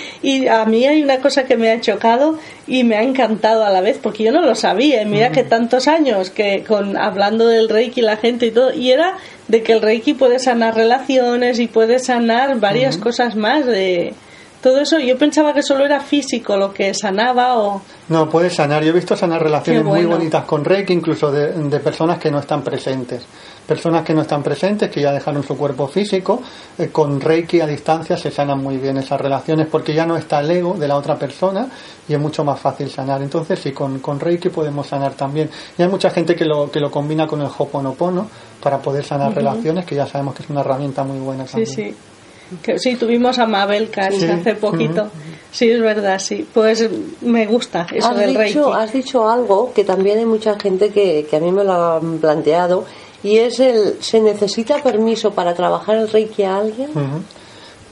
Y a mí hay una cosa que me ha chocado y me ha encantado a la vez, porque yo no lo sabía. Y mira uh-huh. que tantos años que con hablando del Reiki la gente y todo, y era de que el Reiki puede sanar relaciones y puede sanar varias uh-huh. cosas más de... Todo eso, yo pensaba que solo era físico lo que sanaba o... No, puede sanar. Yo he visto sanar relaciones bueno. muy bonitas con Reiki, incluso de, de personas que no están presentes. Personas que no están presentes, que ya dejaron su cuerpo físico, eh, con Reiki a distancia se sanan muy bien esas relaciones porque ya no está el ego de la otra persona y es mucho más fácil sanar. Entonces sí, con, con Reiki podemos sanar también. Y hay mucha gente que lo, que lo combina con el Ho'oponopono para poder sanar uh-huh. relaciones, que ya sabemos que es una herramienta muy buena también. Sí, sí. Que, sí, tuvimos a Mabel Katz sí. hace poquito. Uh-huh. Sí, es verdad, sí. Pues me gusta eso has del dicho, Reiki. Has dicho algo que también hay mucha gente que, que a mí me lo han planteado, y es el, ¿se necesita permiso para trabajar el Reiki a alguien? Uh-huh.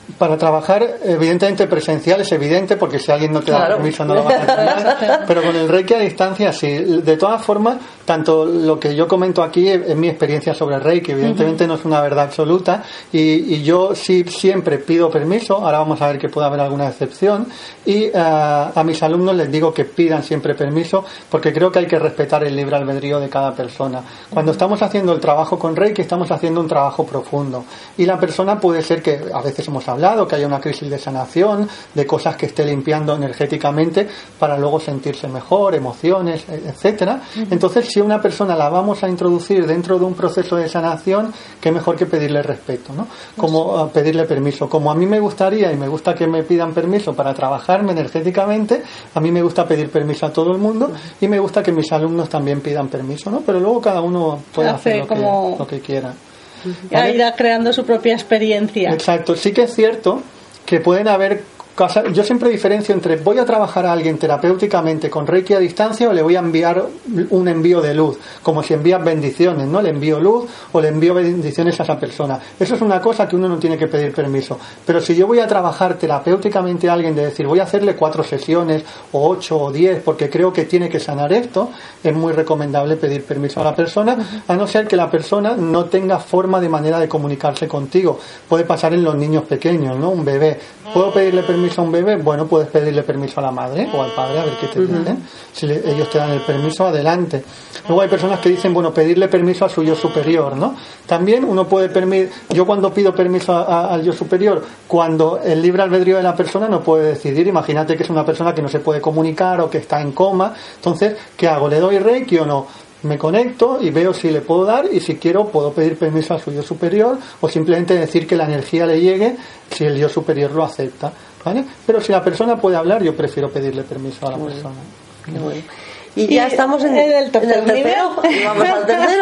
para trabajar, evidentemente presencial es evidente, porque si alguien no te da claro. permiso no lo vas a hacer, pero con el Reiki a distancia sí. De todas formas, tanto lo que yo comento aquí es, es mi experiencia sobre el Reiki, evidentemente uh-huh. no es una verdad absoluta, y, y yo sí siempre pido permiso. Ahora vamos a ver que puede haber alguna excepción, y uh, a mis alumnos les digo que pidan siempre permiso, porque creo que hay que respetar el libre albedrío de cada persona. Cuando estamos haciendo el trabajo con Reiki, estamos haciendo un trabajo profundo, y la persona puede ser que, a veces hemos hablado, que haya una crisis de sanación, de cosas que esté limpiando energéticamente para luego sentirse mejor, emociones, etcétera. Uh-huh. Entonces, si una persona la vamos a introducir dentro de un proceso de sanación, qué mejor que pedirle respeto, ¿no? Como uh, pedirle permiso. Como a mí me gustaría, y me gusta que me pidan permiso para trabajarme energéticamente, a mí me gusta pedir permiso a todo el mundo, uh-huh. y me gusta que mis alumnos también pidan permiso, ¿no? Pero luego cada uno puede Hace hacer lo, como... que, lo que quiera. ¿Vale? Irá creando su propia experiencia. Exacto. Sí que es cierto que pueden haber cosas. Yo siempre diferencio entre voy a trabajar a alguien terapéuticamente con Reiki a distancia o le voy a enviar un envío de luz, como si envías bendiciones, ¿no? Le envío luz o le envío bendiciones a esa persona. Eso es una cosa que uno no tiene que pedir permiso. Pero si yo voy a trabajar terapéuticamente a alguien, de decir voy a hacerle cuatro sesiones o ocho o diez porque creo que tiene que sanar esto, es muy recomendable pedir permiso a la persona, a no ser que la persona no tenga forma de manera de comunicarse contigo. Puede pasar en los niños pequeños, ¿no? Un bebé. ¿Puedo pedirle permiso a un bebé? Bueno, puedes pedirle permiso a la madre o al padre, a ver qué te dicen. Uh-huh. Si le, ellos te dan el permiso, adelante. Luego hay personas que dicen, bueno, pedirle permiso a su yo superior, ¿no? También uno puede permitir. Yo cuando pido permiso a, a, al yo superior, cuando el libre albedrío de la persona no puede decidir, imagínate que es una persona que no se puede comunicar o que está en coma, entonces, ¿qué hago? ¿Le doy Reiki o no? Me conecto y veo si le puedo dar, y si quiero puedo pedir permiso a su yo superior, o simplemente decir que la energía le llegue si el yo superior lo acepta, ¿vale? Pero si la persona puede hablar, yo prefiero pedirle permiso a la persona. Qué bueno. Y ya y estamos en, en el tercer en el tercero. nivel. Vamos al tercero.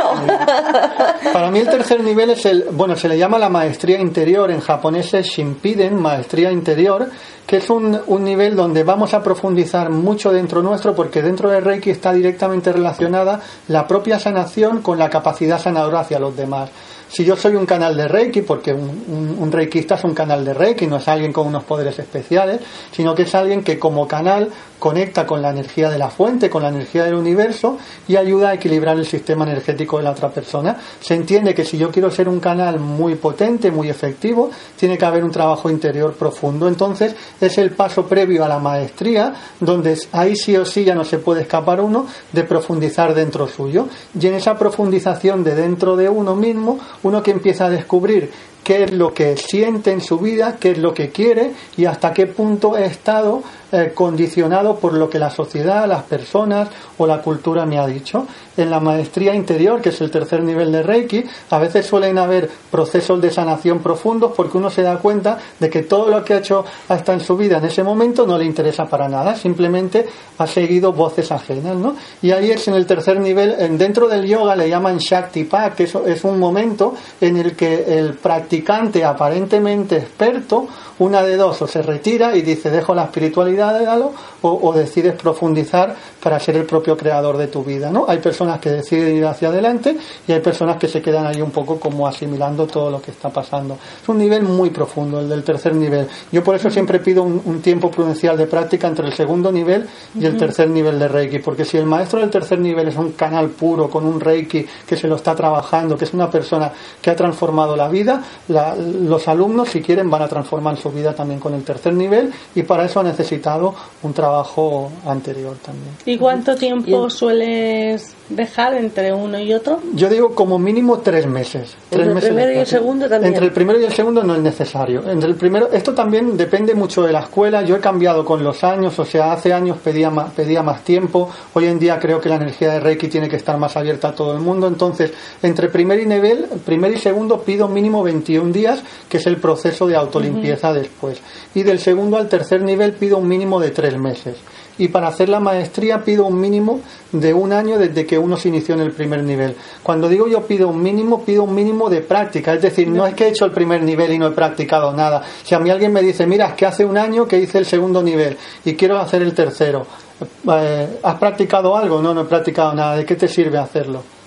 Para mí el tercer nivel es el, bueno, se le llama la maestría interior, en japonés es Shinpiden, maestría interior, que es un, un nivel donde vamos a profundizar mucho dentro nuestro, porque dentro de Reiki está directamente relacionada la propia sanación con la capacidad sanadora hacia los demás. Si yo soy un canal de Reiki, porque un, un, un reikista es un canal de Reiki, no es alguien con unos poderes especiales, sino que es alguien que como canal conecta con la energía de la fuente, con la energía del universo, y ayuda a equilibrar el sistema energético de la otra persona. Se entiende que si yo quiero ser un canal muy potente, muy efectivo, tiene que haber un trabajo interior profundo. Entonces es el paso previo a la maestría, donde ahí sí o sí ya no se puede escapar uno de profundizar dentro suyo, y en esa profundización de dentro de uno mismo, uno que empieza a descubrir qué es lo que siente en su vida, qué es lo que quiere y hasta qué punto he estado eh, condicionado por lo que la sociedad, las personas o la cultura me ha dicho. En la maestría interior, que es el tercer nivel de Reiki, a veces suelen haber procesos de sanación profundos, porque uno se da cuenta de que todo lo que ha hecho hasta en su vida en ese momento no le interesa para nada, simplemente ha seguido voces ajenas, ¿no? Y ahí es en el tercer nivel. En, dentro del yoga le llaman Shaktipat, que eso es un momento en el que el practicante aparentemente experto, una de dos, o se retira y dice dejo la espiritualidad de algo, o, o decides profundizar para ser el propio creador de tu vida, ¿no? Hay personas que deciden ir hacia adelante y hay personas que se quedan ahí un poco como asimilando todo lo que está pasando. Es un nivel muy profundo, el del tercer nivel. Yo por eso siempre pido un, un tiempo prudencial de práctica entre el segundo nivel y el tercer nivel de Reiki, porque si el maestro del tercer nivel es un canal puro con un Reiki que se lo está trabajando, que es una persona que ha transformado la vida, la, los alumnos, si quieren, van a transformar su vida también con el tercer nivel, y para eso ha necesitado un trabajo anterior también. ¿Y cuánto tiempo sueles dejar entre uno y otro? Yo digo como mínimo tres meses. Tres ¿Entre meses el primero y el segundo también? Entre el primero y el segundo no es necesario. Entre el primero, esto también depende mucho de la escuela. Yo he cambiado con los años, o sea, hace años pedía más, pedía más tiempo. Hoy en día creo que la energía de Reiki tiene que estar más abierta a todo el mundo. Entonces, entre primer y nivel, primer y segundo pido mínimo veintiún días, que es el proceso de autolimpieza uh-huh. después. Y del segundo al tercer nivel pido un mínimo de tres meses. Y para hacer la maestría pido un mínimo de un año desde que uno se inició en el primer nivel. Cuando digo yo pido un mínimo, pido un mínimo de práctica. Es decir, no es que he hecho el primer nivel y no he practicado nada. Si a mí alguien me dice, mira, es que hace un año que hice el segundo nivel y quiero hacer el tercero, eh, ¿has practicado algo? No, no he practicado nada. ¿De qué te sirve hacerlo?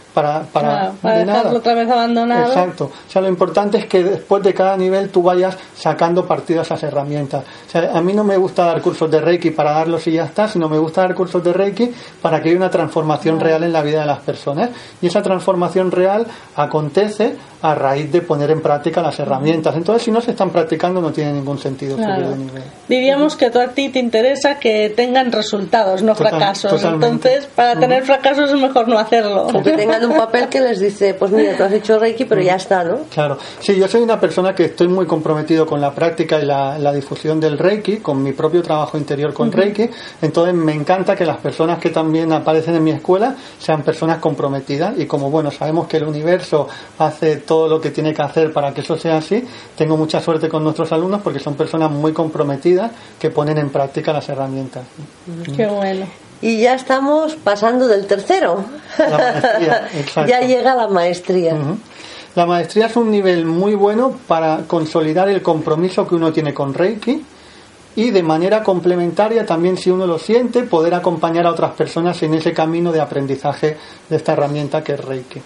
para, para, claro, para de dejarlo nada. otra vez abandonado. Exacto. O sea, lo importante es que después de cada nivel tú vayas sacando partido a esas herramientas. O sea, a mí no me gusta dar cursos de Reiki para darlos y ya está, sino me gusta dar cursos de Reiki para que haya una transformación claro. real en la vida de las personas. Y esa transformación real acontece a raíz de poner en práctica las herramientas. Entonces, si no se están practicando, no tiene ningún sentido claro. subir de nivel. Diríamos que tú a ti te interesa que tengan resultados, no Total, fracasos. Totalmente. Entonces, para uh-huh. tener fracasos es mejor no hacerlo. O que tengan un papel que les dice, pues mira, tú has hecho Reiki, pero uh-huh. ya está, ¿no? Claro. Sí, yo soy una persona que estoy muy comprometido con la práctica y la, la difusión del Reiki, con mi propio trabajo interior con uh-huh. Reiki. Entonces, me encanta que las personas que también aparecen en mi escuela sean personas comprometidas. Y como, bueno, sabemos que el universo hace todo lo que tiene que hacer para que eso sea así, tengo mucha suerte con nuestros alumnos porque son personas muy comprometidas que ponen en práctica las herramientas. Qué bueno. Y ya estamos pasando del tercero. La maestría, exacto. Ya llega la maestría. Uh-huh. La maestría es un nivel muy bueno para consolidar el compromiso que uno tiene con Reiki y de manera complementaria también, si uno lo siente, poder acompañar a otras personas en ese camino de aprendizaje de esta herramienta que es Reiki.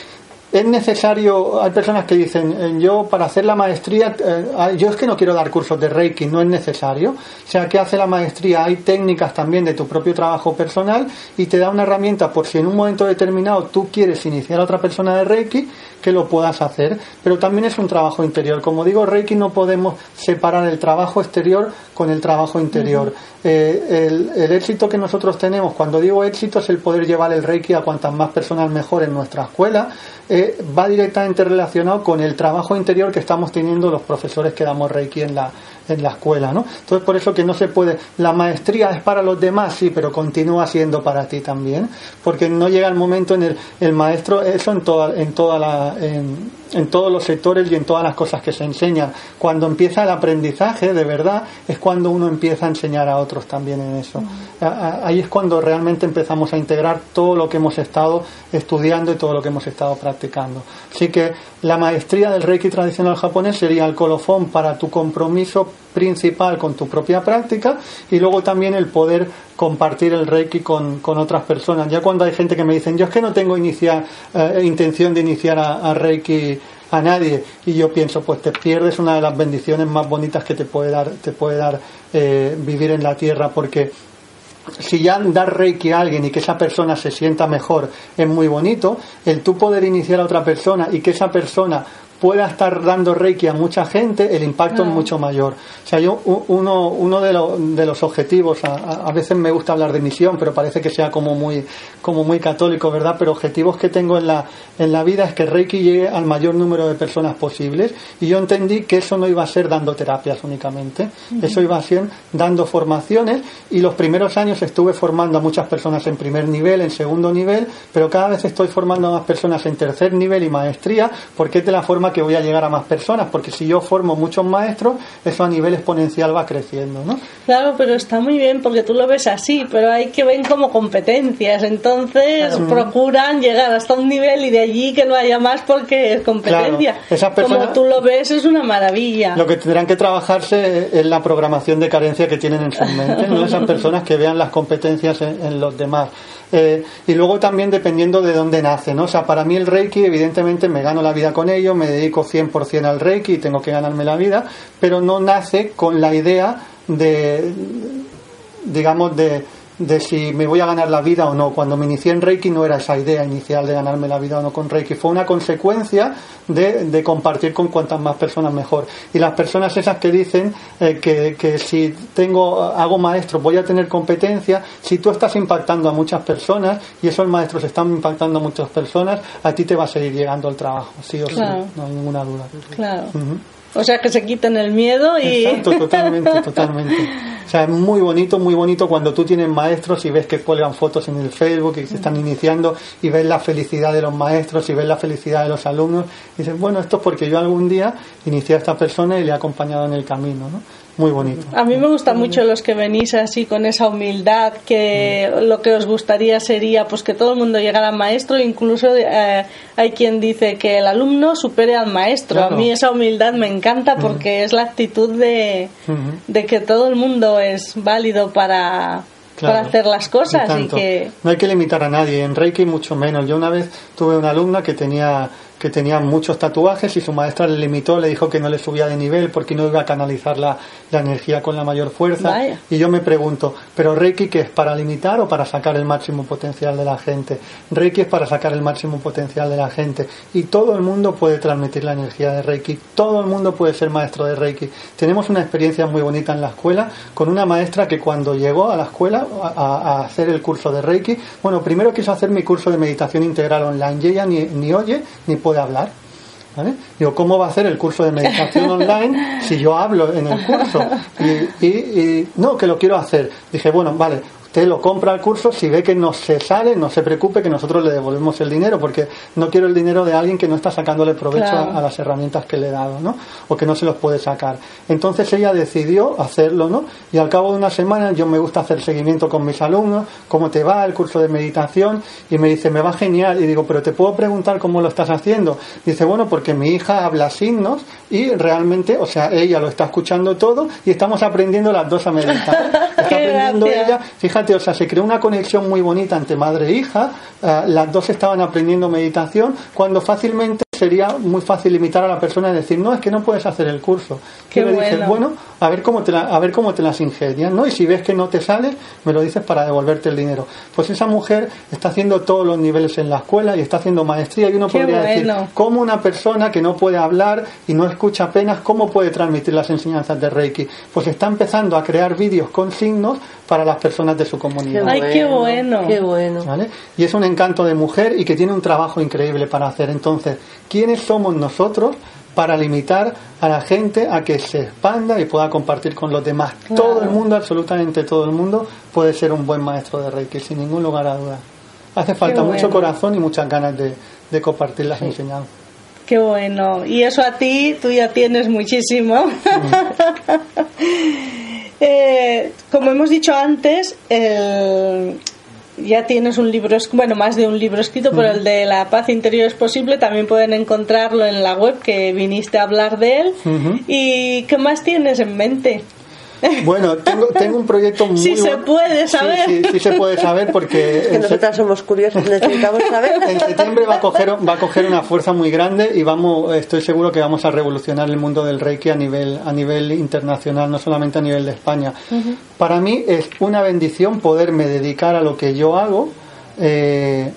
Es necesario, hay personas que dicen, yo para hacer la maestría, eh, yo es que no quiero dar cursos de Reiki, no es necesario. O sea, ¿qué hace la maestría? Hay técnicas también de tu propio trabajo personal y te da una herramienta por si en un momento determinado tú quieres iniciar a otra persona de Reiki, que lo puedas hacer. Pero también es un trabajo interior. Como digo, Reiki no podemos separar el trabajo exterior con el trabajo interior. Uh-huh. Eh, el, el éxito que nosotros tenemos, cuando digo éxito, es el poder llevar el Reiki a cuantas más personas mejor en nuestra escuela. Eh, va directamente relacionado con el trabajo interior que estamos teniendo los profesores que damos Reiki en la, en la escuela, ¿no? Entonces, por eso que no se puede, la maestría es para los demás, sí, pero continúa siendo para ti también, porque no llega el momento en el, el maestro, eso en toda, en toda la, en, en todos los sectores y en todas las cosas que se enseñan. Cuando empieza el aprendizaje, de verdad, es cuando uno empieza a enseñar a otros también en eso. Uh-huh. Ahí es cuando realmente empezamos a integrar todo lo que hemos estado estudiando y todo lo que hemos estado practicando. Así que la maestría del Reiki tradicional japonés sería el colofón para tu compromiso principal con tu propia práctica y luego también el poder compartir el Reiki con, con otras personas. Ya cuando hay gente que me dicen, yo es que no tengo iniciar, eh, intención de iniciar a, a Reiki a nadie, y yo pienso, pues te pierdes una de las bendiciones más bonitas que te puede dar, te puede dar eh, vivir en la tierra, porque si ya dar Reiki a alguien y que esa persona se sienta mejor es muy bonito, el tú poder iniciar a otra persona y que esa persona pueda estar dando Reiki a mucha gente, el impacto no. es mucho mayor. O sea, yo uno uno de, lo, de los objetivos, a, a veces me gusta hablar de misión, pero parece que sea como muy como muy católico, ¿verdad? Pero objetivos que tengo en la en la vida es que Reiki llegue al mayor número de personas posibles, y yo entendí que eso no iba a ser dando terapias únicamente, uh-huh. eso iba a ser dando formaciones, y los primeros años estuve formando a muchas personas en primer nivel, en segundo nivel, pero cada vez estoy formando a más personas en tercer nivel y maestría, porque es de la forma que voy a llegar a más personas, porque si yo formo muchos maestros, eso a nivel exponencial va creciendo, ¿no? Claro, pero está muy bien porque tú lo ves así, pero hay que ver como competencias, entonces claro. procuran llegar hasta un nivel y de allí que no haya más porque es competencia. Claro. Esas personas, como tú lo ves, es una maravilla. Lo que tendrán que trabajarse es la programación de carencia que tienen en sus mentes, ¿no? Esas personas que vean las competencias en, en los demás. Eh, y luego también dependiendo de dónde nace, ¿no? O sea, para mí el Reiki, evidentemente me gano la vida con ello, me dedico cien por ciento al Reiki y tengo que ganarme la vida, pero no nace con la idea de, digamos, de, de si me voy a ganar la vida o no. Cuando me inicié en Reiki no era esa idea inicial de ganarme la vida o no con Reiki, fue una consecuencia de, de compartir con cuantas más personas mejor. Y las personas esas que dicen eh, que, que si tengo hago maestro voy a tener competencia, si tú estás impactando a muchas personas y esos maestros están impactando a muchas personas, a ti te va a seguir llegando el trabajo, sí o claro. sí, no hay ninguna duda. Claro. Uh-huh. O sea, que se quiten el miedo y... Exacto, totalmente, totalmente. O sea, es muy bonito, muy bonito cuando tú tienes maestros y ves que cuelgan fotos en el Facebook y se están iniciando y ves la felicidad de los maestros y ves la felicidad de los alumnos y dices, bueno, esto es porque yo algún día inicié a esta persona y le he acompañado en el camino, ¿no? Muy bonito. A mí me gustan mucho los que venís así con esa humildad, que mm. lo que os gustaría sería pues que todo el mundo llegara a maestro, incluso eh, hay quien dice que el alumno supere al maestro. Claro. A mí esa humildad me encanta porque mm. es la actitud de, mm-hmm. de que todo el mundo es válido para... Claro, para hacer las cosas y, y que... No hay que limitar a nadie, en Reiki mucho menos. Yo una vez tuve una alumna que tenía que tenía muchos tatuajes y su maestra le limitó, le dijo que no le subía de nivel porque no iba a canalizar la, la energía con la mayor fuerza. Vaya. Y yo me pregunto, ¿pero Reiki qué es? ¿Para limitar o para sacar el máximo potencial de la gente? Reiki es para sacar el máximo potencial de la gente. Y todo el mundo puede transmitir la energía de Reiki. Todo el mundo puede ser maestro de Reiki. Tenemos una experiencia muy bonita en la escuela con una maestra que cuando llegó a la escuela a, a hacer el curso de Reiki, bueno, primero quiso hacer mi curso de meditación integral online y ella ni, ni oye ni puede hablar, ¿vale? Digo, ¿cómo va a hacer el curso de meditación online si yo hablo en el curso? Y, y, y no, que lo quiero hacer. Dije, bueno, vale, usted lo compra el curso, si ve que no se sale, no se preocupe, que nosotros le devolvemos el dinero, porque no quiero el dinero de alguien que no está sacándole provecho claro. a, a las herramientas que le he dado, ¿no? O que no se los puede sacar. Entonces ella decidió hacerlo, ¿no? Y al cabo de una semana, yo me gusta hacer seguimiento con mis alumnos, cómo te va el curso de meditación, y me dice, me va genial, y digo, pero te puedo preguntar cómo lo estás haciendo. Dice, bueno, porque mi hija habla signos y realmente, o sea, ella lo está escuchando todo y estamos aprendiendo las dos a meditar. Está aprendiendo ella, fíjate, o sea, se creó una conexión muy bonita entre madre e hija, uh, las dos estaban aprendiendo meditación, cuando fácilmente sería muy fácil limitar a la persona y decir, no, es que no puedes hacer el curso. Qué y le bueno. dices, bueno, a ver cómo te la, a ver cómo te las ingenias, ¿no? Y si ves que no te sale, me lo dices para devolverte el dinero. Pues esa mujer está haciendo todos los niveles en la escuela y está haciendo maestría, y uno Qué podría bueno. decir, ¿cómo una persona que no puede hablar y no escucha apenas, cómo puede transmitir las enseñanzas de Reiki? Pues está empezando a crear vídeos con signos para las personas de su comunidad. Ay, qué bueno. Qué bueno. ¿Vale? Y es un encanto de mujer y que tiene un trabajo increíble para hacer. Entonces, ¿quiénes somos nosotros para limitar a la gente a que se expanda y pueda compartir con los demás? Claro. Todo el mundo, absolutamente todo el mundo, puede ser un buen maestro de Reiki, sin ningún lugar a dudas. Hace falta bueno. mucho corazón y muchas ganas de, de compartir las Sí. enseñanzas. Qué bueno. Y eso a ti, tú ya tienes muchísimo. Mm. eh, como hemos dicho antes, el... ya tienes un libro, bueno, más de un libro escrito, pero el de La paz interior es posible, también pueden encontrarlo en la web, que viniste a hablar de él. Uh-huh. ¿Y qué más tienes en mente? Bueno, tengo, tengo un proyecto muy sí se puede saber. Sí, sí, sí se puede saber porque... Es que nosotras somos curiosas, necesitamos saber. En septiembre va a coger va a coger una fuerza muy grande y vamos, estoy seguro que vamos a revolucionar el mundo del Reiki a nivel a nivel internacional, no solamente a nivel de España. Uh-huh. Para mí es una bendición poderme dedicar a lo que yo hago, eh,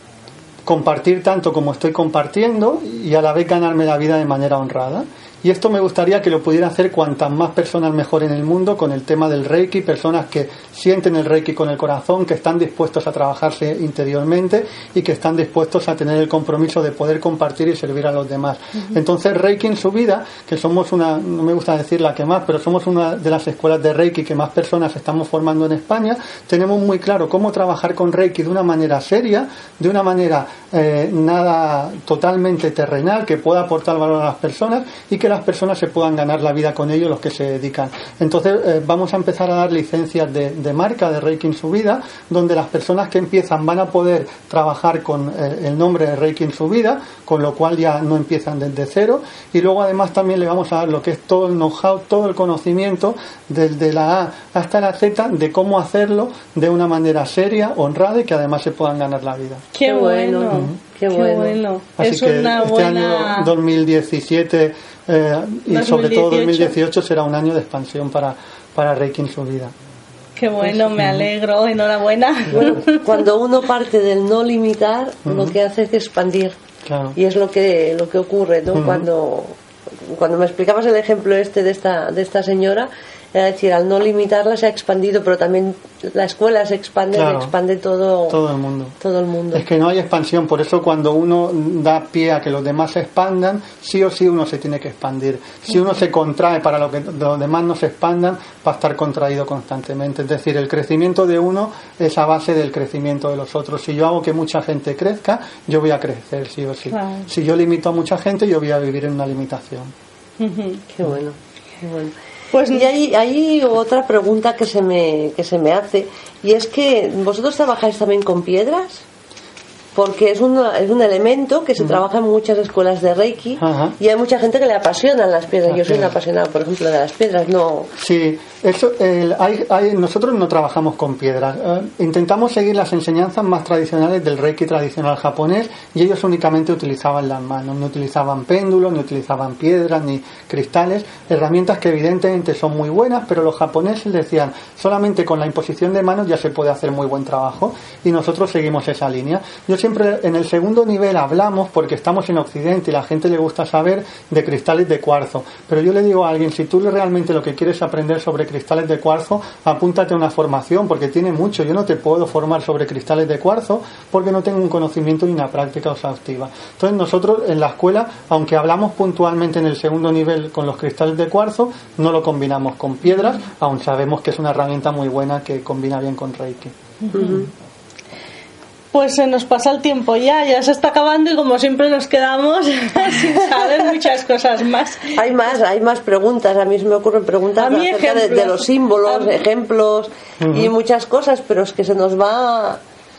compartir tanto como estoy compartiendo y a la vez ganarme la vida de manera honrada. Y esto me gustaría que lo pudiera hacer cuantas más personas mejor en el mundo con el tema del Reiki, personas que sienten el Reiki con el corazón, que están dispuestos a trabajarse interiormente y que están dispuestos a tener el compromiso de poder compartir y servir a los demás. Uh-huh. Entonces Reiki en su vida, que somos una, no me gusta decir la que más, pero somos una de las escuelas de Reiki que más personas estamos formando en España, tenemos muy claro cómo trabajar con Reiki de una manera seria, de una manera eh, nada totalmente terrenal, que pueda aportar valor a las personas y que las personas se puedan ganar la vida con ello, los que se dedican. Entonces eh, vamos a empezar a dar licencias de, de marca de Reiki en su vida, donde las personas que empiezan van a poder trabajar con eh, el nombre de Reiki en su vida, con lo cual ya no empiezan desde cero, y luego además también le vamos a dar lo que es todo el know-how, todo el conocimiento desde la A hasta la Z de cómo hacerlo de una manera seria, honrada y que además se puedan ganar la vida. Qué bueno. Uh-huh. Qué bueno. Qué bueno. Así es que una este buena... año dos mil diecisiete eh, y dos mil dieciocho. Sobre todo dos mil dieciocho será un año de expansión para, para Reiki en su vida. Qué bueno, me alegro, enhorabuena. Bueno, cuando uno parte del no limitar, uh-huh. lo que hace es expandir. Claro. Y es lo que lo que ocurre, ¿no? Uh-huh. Cuando cuando me explicabas el ejemplo este de esta de esta señora, es decir, al no limitarla se ha expandido, pero también la escuela se expande, claro, se expande todo, todo el mundo. Todo el mundo. Es que no hay expansión, por eso cuando uno da pie a que los demás se expandan, sí o sí uno se tiene que expandir. Si uno se contrae para lo que los demás no se expandan, va a estar contraído constantemente. Es decir, el crecimiento de uno es a base del crecimiento de los otros. Si yo hago que mucha gente crezca, yo voy a crecer, sí o sí. Claro. Si yo limito a mucha gente, yo voy a vivir en una limitación. Uh-huh. Qué bueno, qué bueno. Pues y hay, hay otra pregunta que se me que se me hace, y es que vosotros trabajáis también con piedras. porque es, una, es un elemento que se uh-huh. trabaja en muchas escuelas de Reiki uh-huh. y hay mucha gente que le apasionan las piedras. Las Yo soy una apasionada, por ejemplo, de las piedras. No. Sí, eso, el, hay, hay, nosotros no trabajamos con piedras. Uh, intentamos seguir las enseñanzas más tradicionales del Reiki tradicional japonés y ellos únicamente utilizaban las manos, no utilizaban péndulos, ni utilizaban piedras, ni cristales, herramientas que evidentemente son muy buenas, pero los japoneses decían, solamente con la imposición de manos ya se puede hacer muy buen trabajo y nosotros seguimos esa línea. Yo siempre en el segundo nivel hablamos, porque estamos en Occidente y la gente le gusta saber de cristales de cuarzo, pero yo le digo a alguien, si tú realmente lo que quieres aprender sobre cristales de cuarzo, apúntate a una formación, porque tiene mucho. Yo no te puedo formar sobre cristales de cuarzo porque no tengo un conocimiento ni una práctica exhaustiva. Entonces nosotros en la escuela, aunque hablamos puntualmente en el segundo nivel con los cristales de cuarzo, no lo combinamos con piedras, aun sabemos que es una herramienta muy buena que combina bien con Reiki. Uh-huh. Pues se nos pasa el tiempo ya, ya se está acabando y como siempre nos quedamos sin saber muchas cosas más. Hay más, hay más preguntas, a mí se me ocurren preguntas acerca de, de los símbolos, a ejemplos uh-huh. y muchas cosas, pero es que se nos va...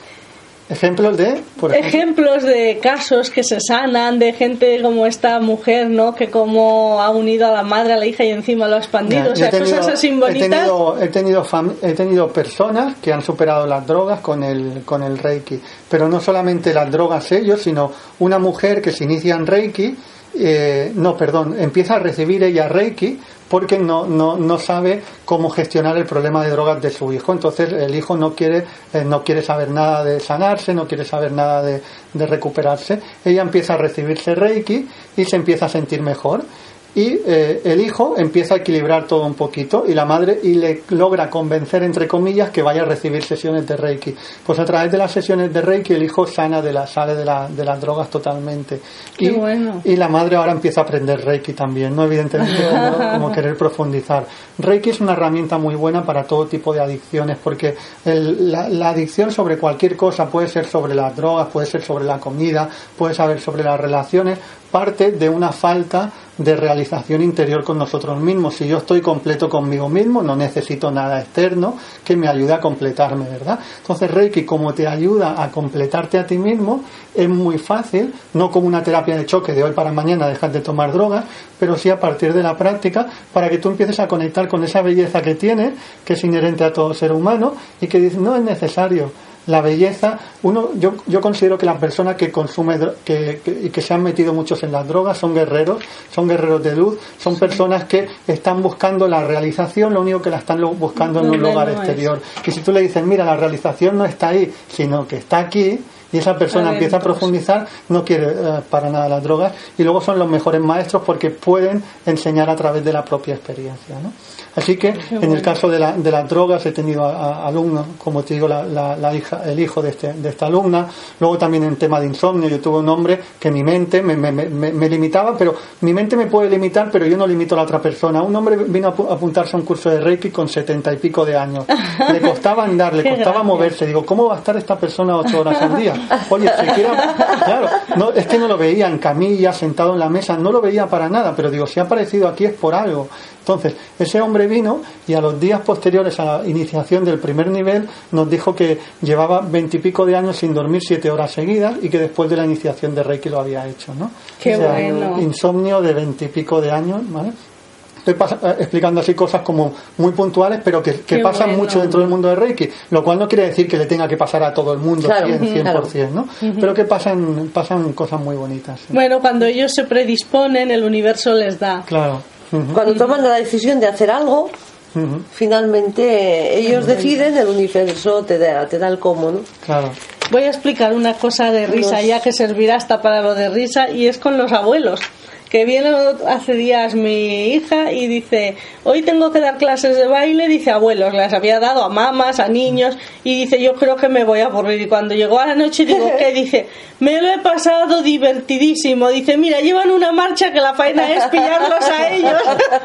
¿Ejemplos de? Por ejemplos de casos que se sanan, de gente como esta mujer, ¿no? Que como ha unido a la madre, a la hija y encima lo ha expandido. Ya, o sea, tenido, cosas así bonitas. He tenido, he, tenido fam- he tenido personas que han superado las drogas con el, con el Reiki. Pero no solamente las drogas ellos, sino una mujer que se inicia en Reiki, eh, no, perdón, empieza a recibir ella Reiki porque no, no, no sabe cómo gestionar el problema de drogas de su hijo. Entonces el hijo no quiere, eh, no quiere saber nada de sanarse, no quiere saber nada de, de recuperarse. Ella empieza a recibirse Reiki y se empieza a sentir mejor. Y eh, el hijo empieza a equilibrar todo un poquito y la madre y le logra convencer, entre comillas, que vaya a recibir sesiones de Reiki. Pues a través de las sesiones de Reiki el hijo sana de la, sale de, la, de las drogas totalmente. Qué y, bueno. y la madre ahora empieza a aprender Reiki también, ¿no? Evidentemente como, como querer profundizar. Reiki es una herramienta muy buena para todo tipo de adicciones, porque el, la, la adicción sobre cualquier cosa, puede ser sobre las drogas, puede ser sobre la comida, puede ser sobre las relaciones, parte de una falta de realización interior con nosotros mismos. Si yo estoy completo conmigo mismo, no necesito nada externo que me ayude a completarme, ¿verdad? Entonces Reiki, como te ayuda a completarte a ti mismo, es muy fácil, no como una terapia de choque de hoy para mañana dejar de tomar drogas, pero sí a partir de la práctica, para que tú empieces a conectar con esa belleza que tienes, que es inherente a todo ser humano y que dices, no es necesario. La belleza, uno, yo, yo considero que las personas que consumen que, que, y que se han metido muchos en las drogas son guerreros, son guerreros de luz, son personas que están buscando la realización, lo único que la están buscando en un lugar exterior. Y si tú le dices, mira, la realización no está ahí, sino que está aquí, y esa persona Adentro. empieza a profundizar, no quiere uh, para nada las drogas, y luego son los mejores maestros porque pueden enseñar a través de la propia experiencia, ¿no? Así que en el caso de, la, de las drogas he tenido a, a alumnos, como te digo, la, la, la hija, el hijo de, este, de esta alumna. Luego también en tema de insomnio, yo tuve un hombre que mi mente me, me, me, me limitaba, pero mi mente me puede limitar, pero yo no limito a la otra persona. Un hombre vino a apuntarse a un curso de Reiki con setenta y pico de años. Le costaba andar, le costaba gracia. moverse. Digo, ¿cómo va a estar esta persona ocho horas al día? Oye, siquiera, claro, no, es que no lo veía en camilla, sentado en la mesa, no lo veía para nada, pero digo, si ha aparecido aquí es por algo. Entonces, ese hombre vino y a los días posteriores a la iniciación del primer nivel nos dijo que llevaba veintipico de años sin dormir siete horas seguidas y que después de la iniciación de Reiki lo había hecho, ¿no? Qué o sea, bueno. Insomnio de veintipico de años, ¿vale? Estoy pas- explicando así cosas como muy puntuales, pero que, que pasan bueno. mucho dentro del mundo de Reiki, lo cual no quiere decir que le tenga que pasar a todo el mundo claro, cien por ciento, ¿no? Uh-huh. Pero que pasan, pasan cosas muy bonitas. ¿Sí? Bueno, cuando ellos se predisponen, el universo les da. Claro. Uh-huh. Cuando toman la decisión de hacer algo, uh-huh. finalmente ellos deciden, el universo te da, te da el cómo, ¿no? Claro. Voy a explicar una cosa de risa, ya que servirá hasta para lo de risa, y es con los abuelos. Que viene hace días mi hija y dice, hoy tengo que dar clases de baile, dice, abuelos, las había dado a mamás, a niños, y dice, yo creo que me voy a aburrir. Y cuando llegó a la noche digo, ¿qué? Dice, me lo he pasado divertidísimo. Dice, mira, llevan una marcha que la faena es pillarlos a ellos.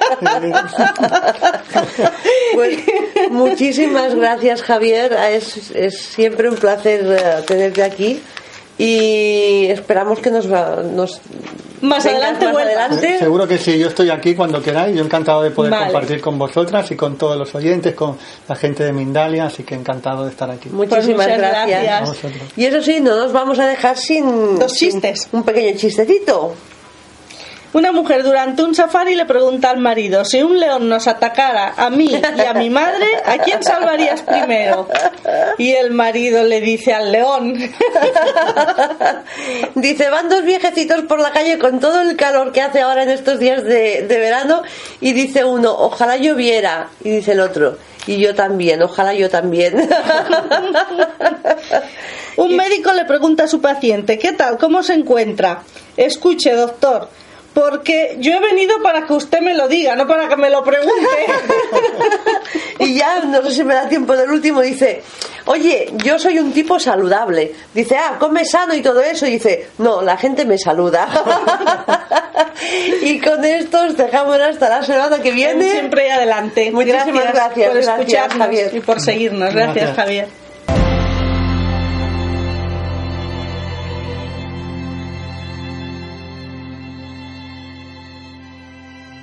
Pues muchísimas gracias, Javier, es, es siempre un placer tenerte aquí. y esperamos que nos, nos más adelante, más adelante. Seguro que sí, yo estoy aquí cuando queráis, yo encantado de poder vale. compartir con vosotras y con todos los oyentes, con la gente de Mindalia, así que encantado de estar aquí. Muchísimas pues gracias. gracias. Y eso sí, no nos vamos a dejar sin dos chistes. Sin un pequeño chistecito. Una mujer durante un safari le pregunta al marido: si un león nos atacara a mí y a mi madre, ¿a quién salvarías primero? Y el marido le dice al león. Dice: van dos viejecitos por la calle con todo el calor que hace ahora en estos días de, de verano, y dice uno: ojalá lloviera, y dice el otro: y yo también, ojalá yo también. Un médico le pregunta a su paciente: ¿qué tal? ¿Cómo se encuentra? Escuche, doctor, porque yo he venido para que usted me lo diga, no para que me lo pregunte. Y ya, no sé si me da tiempo del último, dice: oye, yo soy un tipo saludable. Dice: ah, come sano y todo eso. Y dice: no, la gente me saluda. Y con esto os dejamos hasta la semana que viene. Siempre y adelante. Muchísimas gracias, gracias por gracias, escucharnos Javier. y por seguirnos. Gracias, Gracias. Javier.